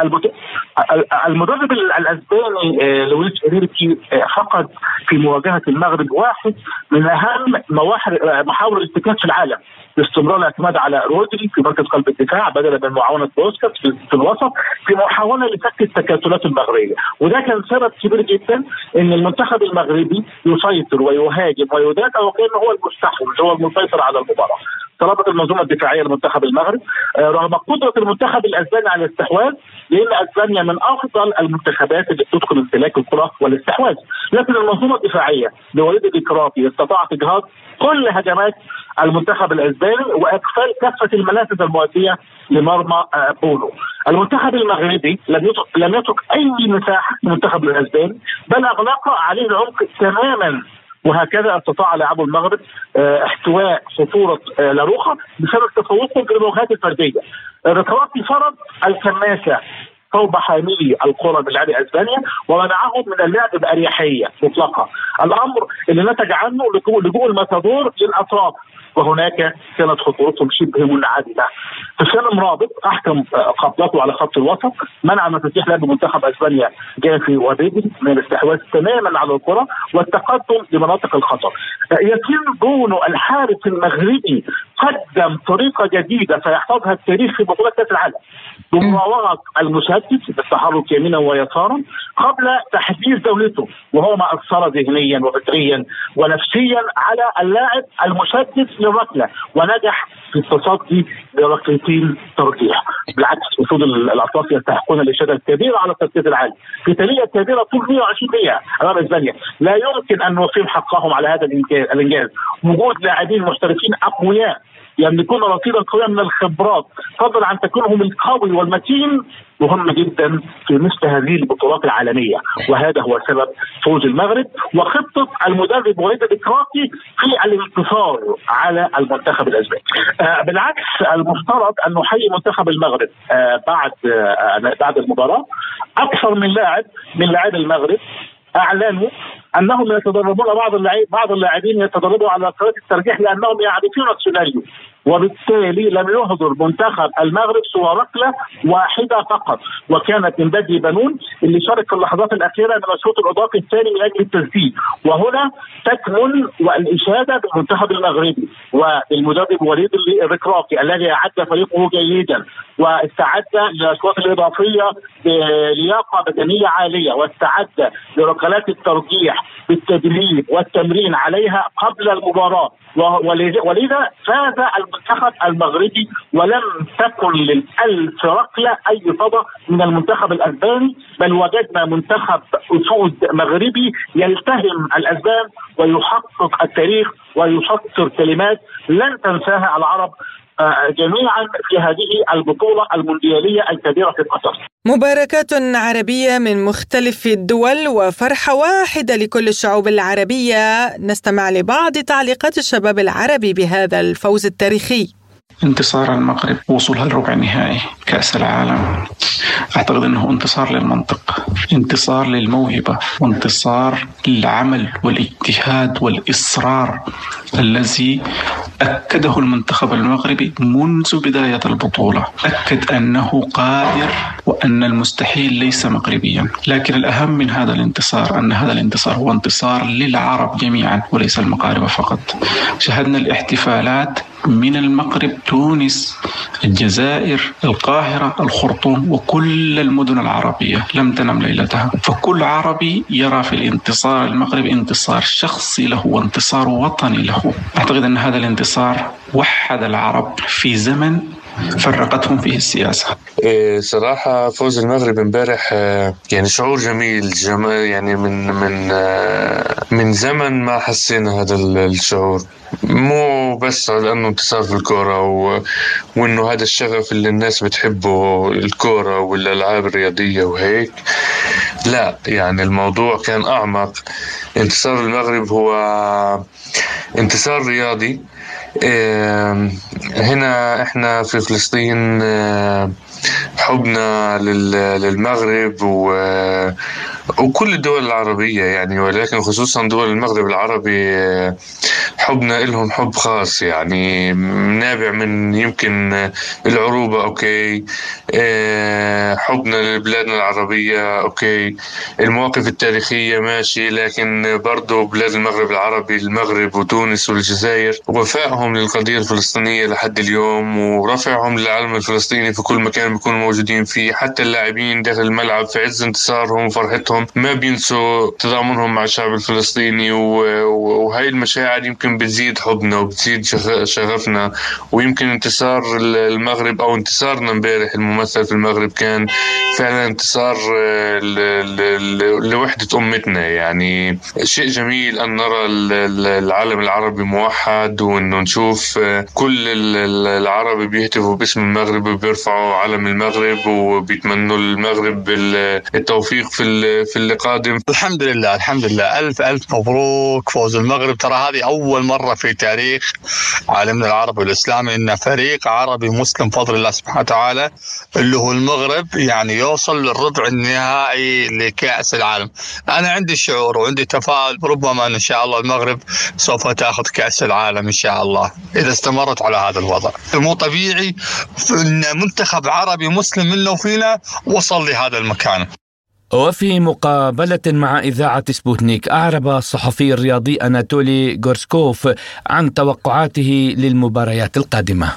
Speaker 11: المدرب الأسباني لويس إنريكي فقد في مواجهة المغرب واحد من أهم محاور الافتكاك في العالم، باستمرار الاعتماد على رودري في مركز قلب الدفاع بدلا من معاونة بوسكيتس في الوسط في محاولة لفك التكتلات المغربية. وده كان سبب كبير جدا ان المنتخب المغربي يسيطر ويهاجم ويدافع وكأنه هو المستحوذ هو المسيطر على المباراة. تربط المنظومة الدفاعية لمنتخب المغرب رغم قدرة المنتخب الأسباني على الاستحواذ، لأن أسبانيا من أفضل المنتخبات اللي بتدخل امتلاك الكرة والاستحواذ، لكن المنظومة الدفاعية لوليد الكراكي استطاعت إجهاض كل هجمات المنتخب الأسباني وإقفال كافة المنافذ المؤدية لمرمى بونو. المنتخب المغربي لم يترك لم يترك أي مساحة للمنتخب الأسباني، بل أغلق عليه العمق تماما، وهكذا استطاع لاعبو المغرب احتواء خطورة لاروخا بسبب تفوقهم في المواجهات الفردية. الكراكي فرض الكماسة صوب حاملي الكرة بلاعبي اسبانيا ومنعهم من اللعب بأريحية مطلقة، الأمر اللي نتج عنه لجوء الماتادور للأطراف، وهناك كانت خطورتهم شبه منعدمة. سفيان مرابط أحكم قبضته على خط الوسط، منع مفاتيح لعب منتخب اسبانيا جافي وبيدي من الاستحواذ تماما على الكرة والتقدم لمناطق الخطر. ياسين بونو الحارس المغربي قدم طريقة جديدة سيحفظها التاريخ في بطولة كأس العالم بمراوغة المشتت بالتحرك يمينا ويسارا قبل تحديث دولته، وهو ما أثر ذهنيا وفكريا ونفسيا على اللاعب المشتت للركلة، ونجح في التصدي لركلتين ترجيح. بالعكس أسود الأطلس يستحقون الإشادة الكبيرة على التركيز العالي في تالية كبيرة طول مئة وعشرين دقيقة أمام اسبانيا. لا يمكن أن نوفيهم حقهم على هذا الإنجاز. وجود لاعبين محترفين أقوياء يملكون رصيدا قويا من الخبرات فضلا عن تكونهم القوي والمتين مهم جدا في مثل هذه البطولات العالمية، وهذا هو سبب فوز المغرب وخطة المدرب وليد الكراكي في الانتصار على المنتخب الأسباني. آه بالعكس المفترض أن نحيي منتخب المغرب آه بعد آه بعد المباراة. أكثر من لاعب من لاعب المغرب أعلنوا أنهم يتدربون بعض اللاعبين بعض اللاعبين يتدربوا على صلاة الترجيح لأنهم يعرفون السيناريو، وبالتالي لم يحضر منتخب المغرب سوى ركلة واحدة فقط، وكانت من بدي بنون اللي شارك في اللحظات الأخيرة من الشوط الإضافي الثاني من أجل التسديد. وهنا تكمن والإشادة بالمنتخب المغربي والمدرب وليد الكراكي الذي أعد فريقه جيدا واستعد للأشواط الإضافية بلياقة بدنية عالية، واستعد لركلات الترجيح بالتدريب والتمرين عليها قبل المباراة، ولذا فاز المنتخب المغربي ولم تكن للألف ركلة أي صدى من المنتخب الأسباني، بل وجدنا منتخب أسود مغربي يلتهم الأسبان ويحقق التاريخ ويسطر كلمات لن تنساها العرب جميعا في هذه البطولة المونديالية الكبيرة في قطر.
Speaker 3: مباركات عربية من مختلف الدول وفرحة واحدة لكل الشعوب العربية. نستمع لبعض تعليقات الشباب العربي بهذا الفوز التاريخي.
Speaker 12: انتصار المغرب ووصولها لربع النهائي كأس العالم أعتقد أنه انتصار للمنطق، انتصار للموهبة، وانتصار للعمل والاجتهاد والإصرار الذي أكده المنتخب المغربي منذ بداية البطولة. أكد أنه قادر وأن المستحيل ليس مغربيا. لكن الأهم من هذا الانتصار أن هذا الانتصار هو انتصار للعرب جميعا وليس المغاربة فقط. شاهدنا الاحتفالات من المغرب، تونس، الجزائر، القاهرة، الخرطوم، وكل المدن العربية لم تنم ليلتها. فكل عربي يرى في الانتصار المغربي انتصار شخصي له وانتصار وطني له. أعتقد أن هذا الانتصار وحد العرب في زمن فرقتهم فيه السياسة.
Speaker 13: إيه صراحة فوز المغرب امبارح يعني شعور جميل جمال، يعني من من من زمن ما حسينا هذا الشعور، مو بس لأنه انتصار في الكرة و... وإنه هذا الشغف اللي الناس بتحبه الكرة والألعاب الرياضية وهيك، لا يعني الموضوع كان أعمق. انتصار المغرب هو انتصار رياضي. هنا احنا في فلسطين حبنا للمغرب وكل الدول العربية يعني، ولكن خصوصا دول المغرب العربي حبنا لهم حب خاص، يعني نابع من يمكن العروبة أوكي، حبنا لبلادنا العربية أوكي، المواقف التاريخية ماشي، لكن برضو بلاد المغرب العربي المغرب وتونس والجزائر وفائهم للقضية الفلسطينية لحد اليوم ورفعهم للعلم الفلسطيني في كل مكان بيكونوا موجودين فيه. حتى اللاعبين داخل الملعب في عز انتصارهم وفرحتهم ما بينسوا تضامنهم مع الشعب الفلسطيني، وهاي المشاعر يمكن بتزيد حبنا وبتزيد شغفنا. ويمكن انتصار المغرب أو انتصارنا امبارح الممثل في المغرب كان فعلا انتصار لوحدة أمتنا. يعني شيء جميل أن نرى العالم العربي موحد، وأنه نشوف كل العرب بيهتفوا باسم المغرب وبيرفعوا علم المغرب وبيتمنوا المغرب التوفيق في في اللي قادم.
Speaker 14: الحمد لله الحمد لله ألف ألف مبروك فوز المغرب. ترى هذه أول مرة في تاريخ عالمنا العربي والإسلامي إن فريق عربي مسلم بفضل الله سبحانه وتعالى اللي هو المغرب يعني يوصل للربع النهائي لكأس العالم. أنا عندي شعور وعندي تفاؤل ربما إن شاء الله المغرب سوف تأخذ كأس العالم إن شاء الله إذا استمرت على هذا الوضع. مو طبيعي إن منتخب عربي مسلم منا وفينا وصل لهذا المكان.
Speaker 4: وفي مقابلة مع إذاعة سبوتنيك أعرب الصحفي الرياضي أناتولي غورسكوف عن توقعاته للمباريات القادمة.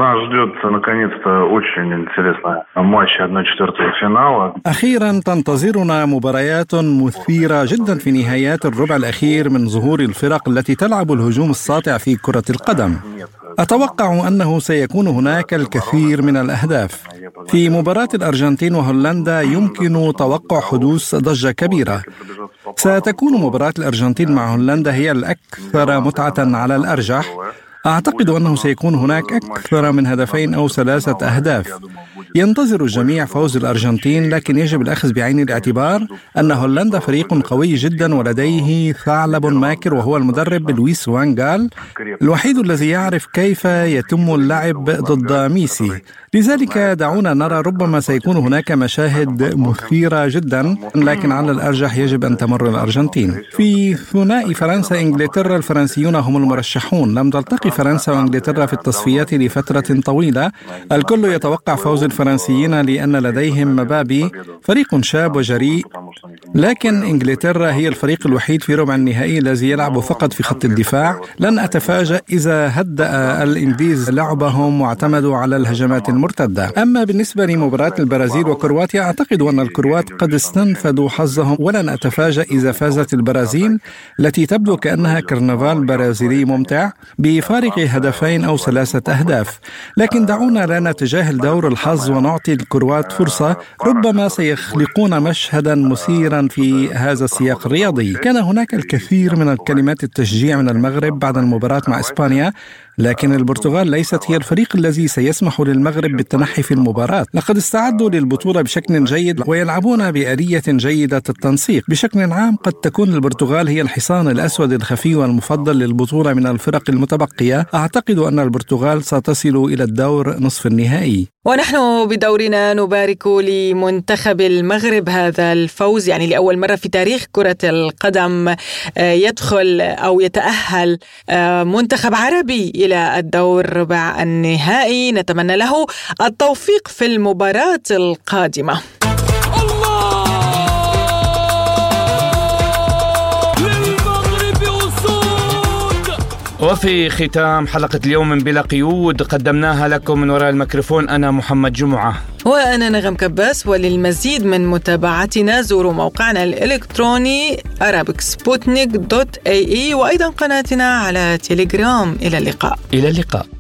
Speaker 6: أخيرا تنتظرنا مباريات مثيرة جدا في نهايات الربع الأخير من ظهور الفرق التي تلعب الهجوم الساطع في كرة القدم. أتوقع أنه سيكون هناك الكثير من الأهداف. في مباراة الأرجنتين وهولندا يمكن توقع حدوث ضجة كبيرة. ستكون مباراة الأرجنتين مع هولندا هي الأكثر متعة على الأرجح. أعتقد أنه سيكون هناك أكثر من هدفين أو ثلاثة أهداف. ينتظر الجميع فوز الأرجنتين، لكن يجب الأخذ بعين الاعتبار أن هولندا فريق قوي جدا ولديه ثعلب ماكر وهو المدرب لويس وان غال الوحيد الذي يعرف كيف يتم اللعب ضد ميسي. لذلك دعونا نرى ربما سيكون هناك مشاهد مثيرة جدا، لكن على الأرجح يجب أن تمر الأرجنتين. في ثنائي فرنسا إنجلترا الفرنسيون هم المرشحون. لم تلتقي فرنسا وإنجلترا في التصفيات لفترة طويلة. الكل يتوقع فوز الفرنسيين لأن لديهم مبابي فريق شاب وجريء، لكن إنجلترا هي الفريق الوحيد في ربع النهائي الذي يلعب فقط في خط الدفاع. لن أتفاجأ إذا هدأ الإنجليز لعبهم واعتمدوا على الهجمات المرتدة. أما بالنسبة لمباراة البرازيل وكرواتيا أعتقد أن الكروات قد استنفذوا حظهم، ولن أتفاجأ إذا فازت البرازيل التي تبدو كأنها كرنفال برازيلي ممتع بفارق هدفين أو ثلاثة أهداف. لكن دعونا لا نتجاهل دور الحظ ونعطي الكروات فرصة، ربما سيخلقون مشهدا مثيرا في هذا السياق الرياضي. كان هناك الكثير من الكلمات التشجيع من المغرب بعد المباراة مع إسبانيا، لكن البرتغال ليست هي الفريق الذي سيسمح للمغرب بالتنحي في المباراة. لقد استعدوا للبطولة بشكل جيد ويلعبون بآلية جيدة التنسيق. بشكل عام قد تكون البرتغال هي الحصان الأسود الخفي والمفضل للبطولة من الفرق المتبقية، إفريقيا، أعتقد أن البرتغال ستصل إلى الدور نصف النهائي.
Speaker 3: ونحن بدورنا نبارك لمنتخب المغرب هذا الفوز، يعني لأول مرة في تاريخ كرة القدم يدخل أو يتأهل منتخب عربي إلى الدور ربع النهائي. نتمنى له التوفيق في المباراة القادمة.
Speaker 4: وفي ختام حلقة اليوم من بلا قيود قدمناها لكم من وراء الميكروفون أنا محمد جمعة
Speaker 3: وأنا نغم كباس. وللمزيد من متابعتنا زوروا موقعنا الإلكتروني arabic sputnik دوت اي اي وأيضا قناتنا على تيليجرام. إلى اللقاء.
Speaker 4: إلى اللقاء.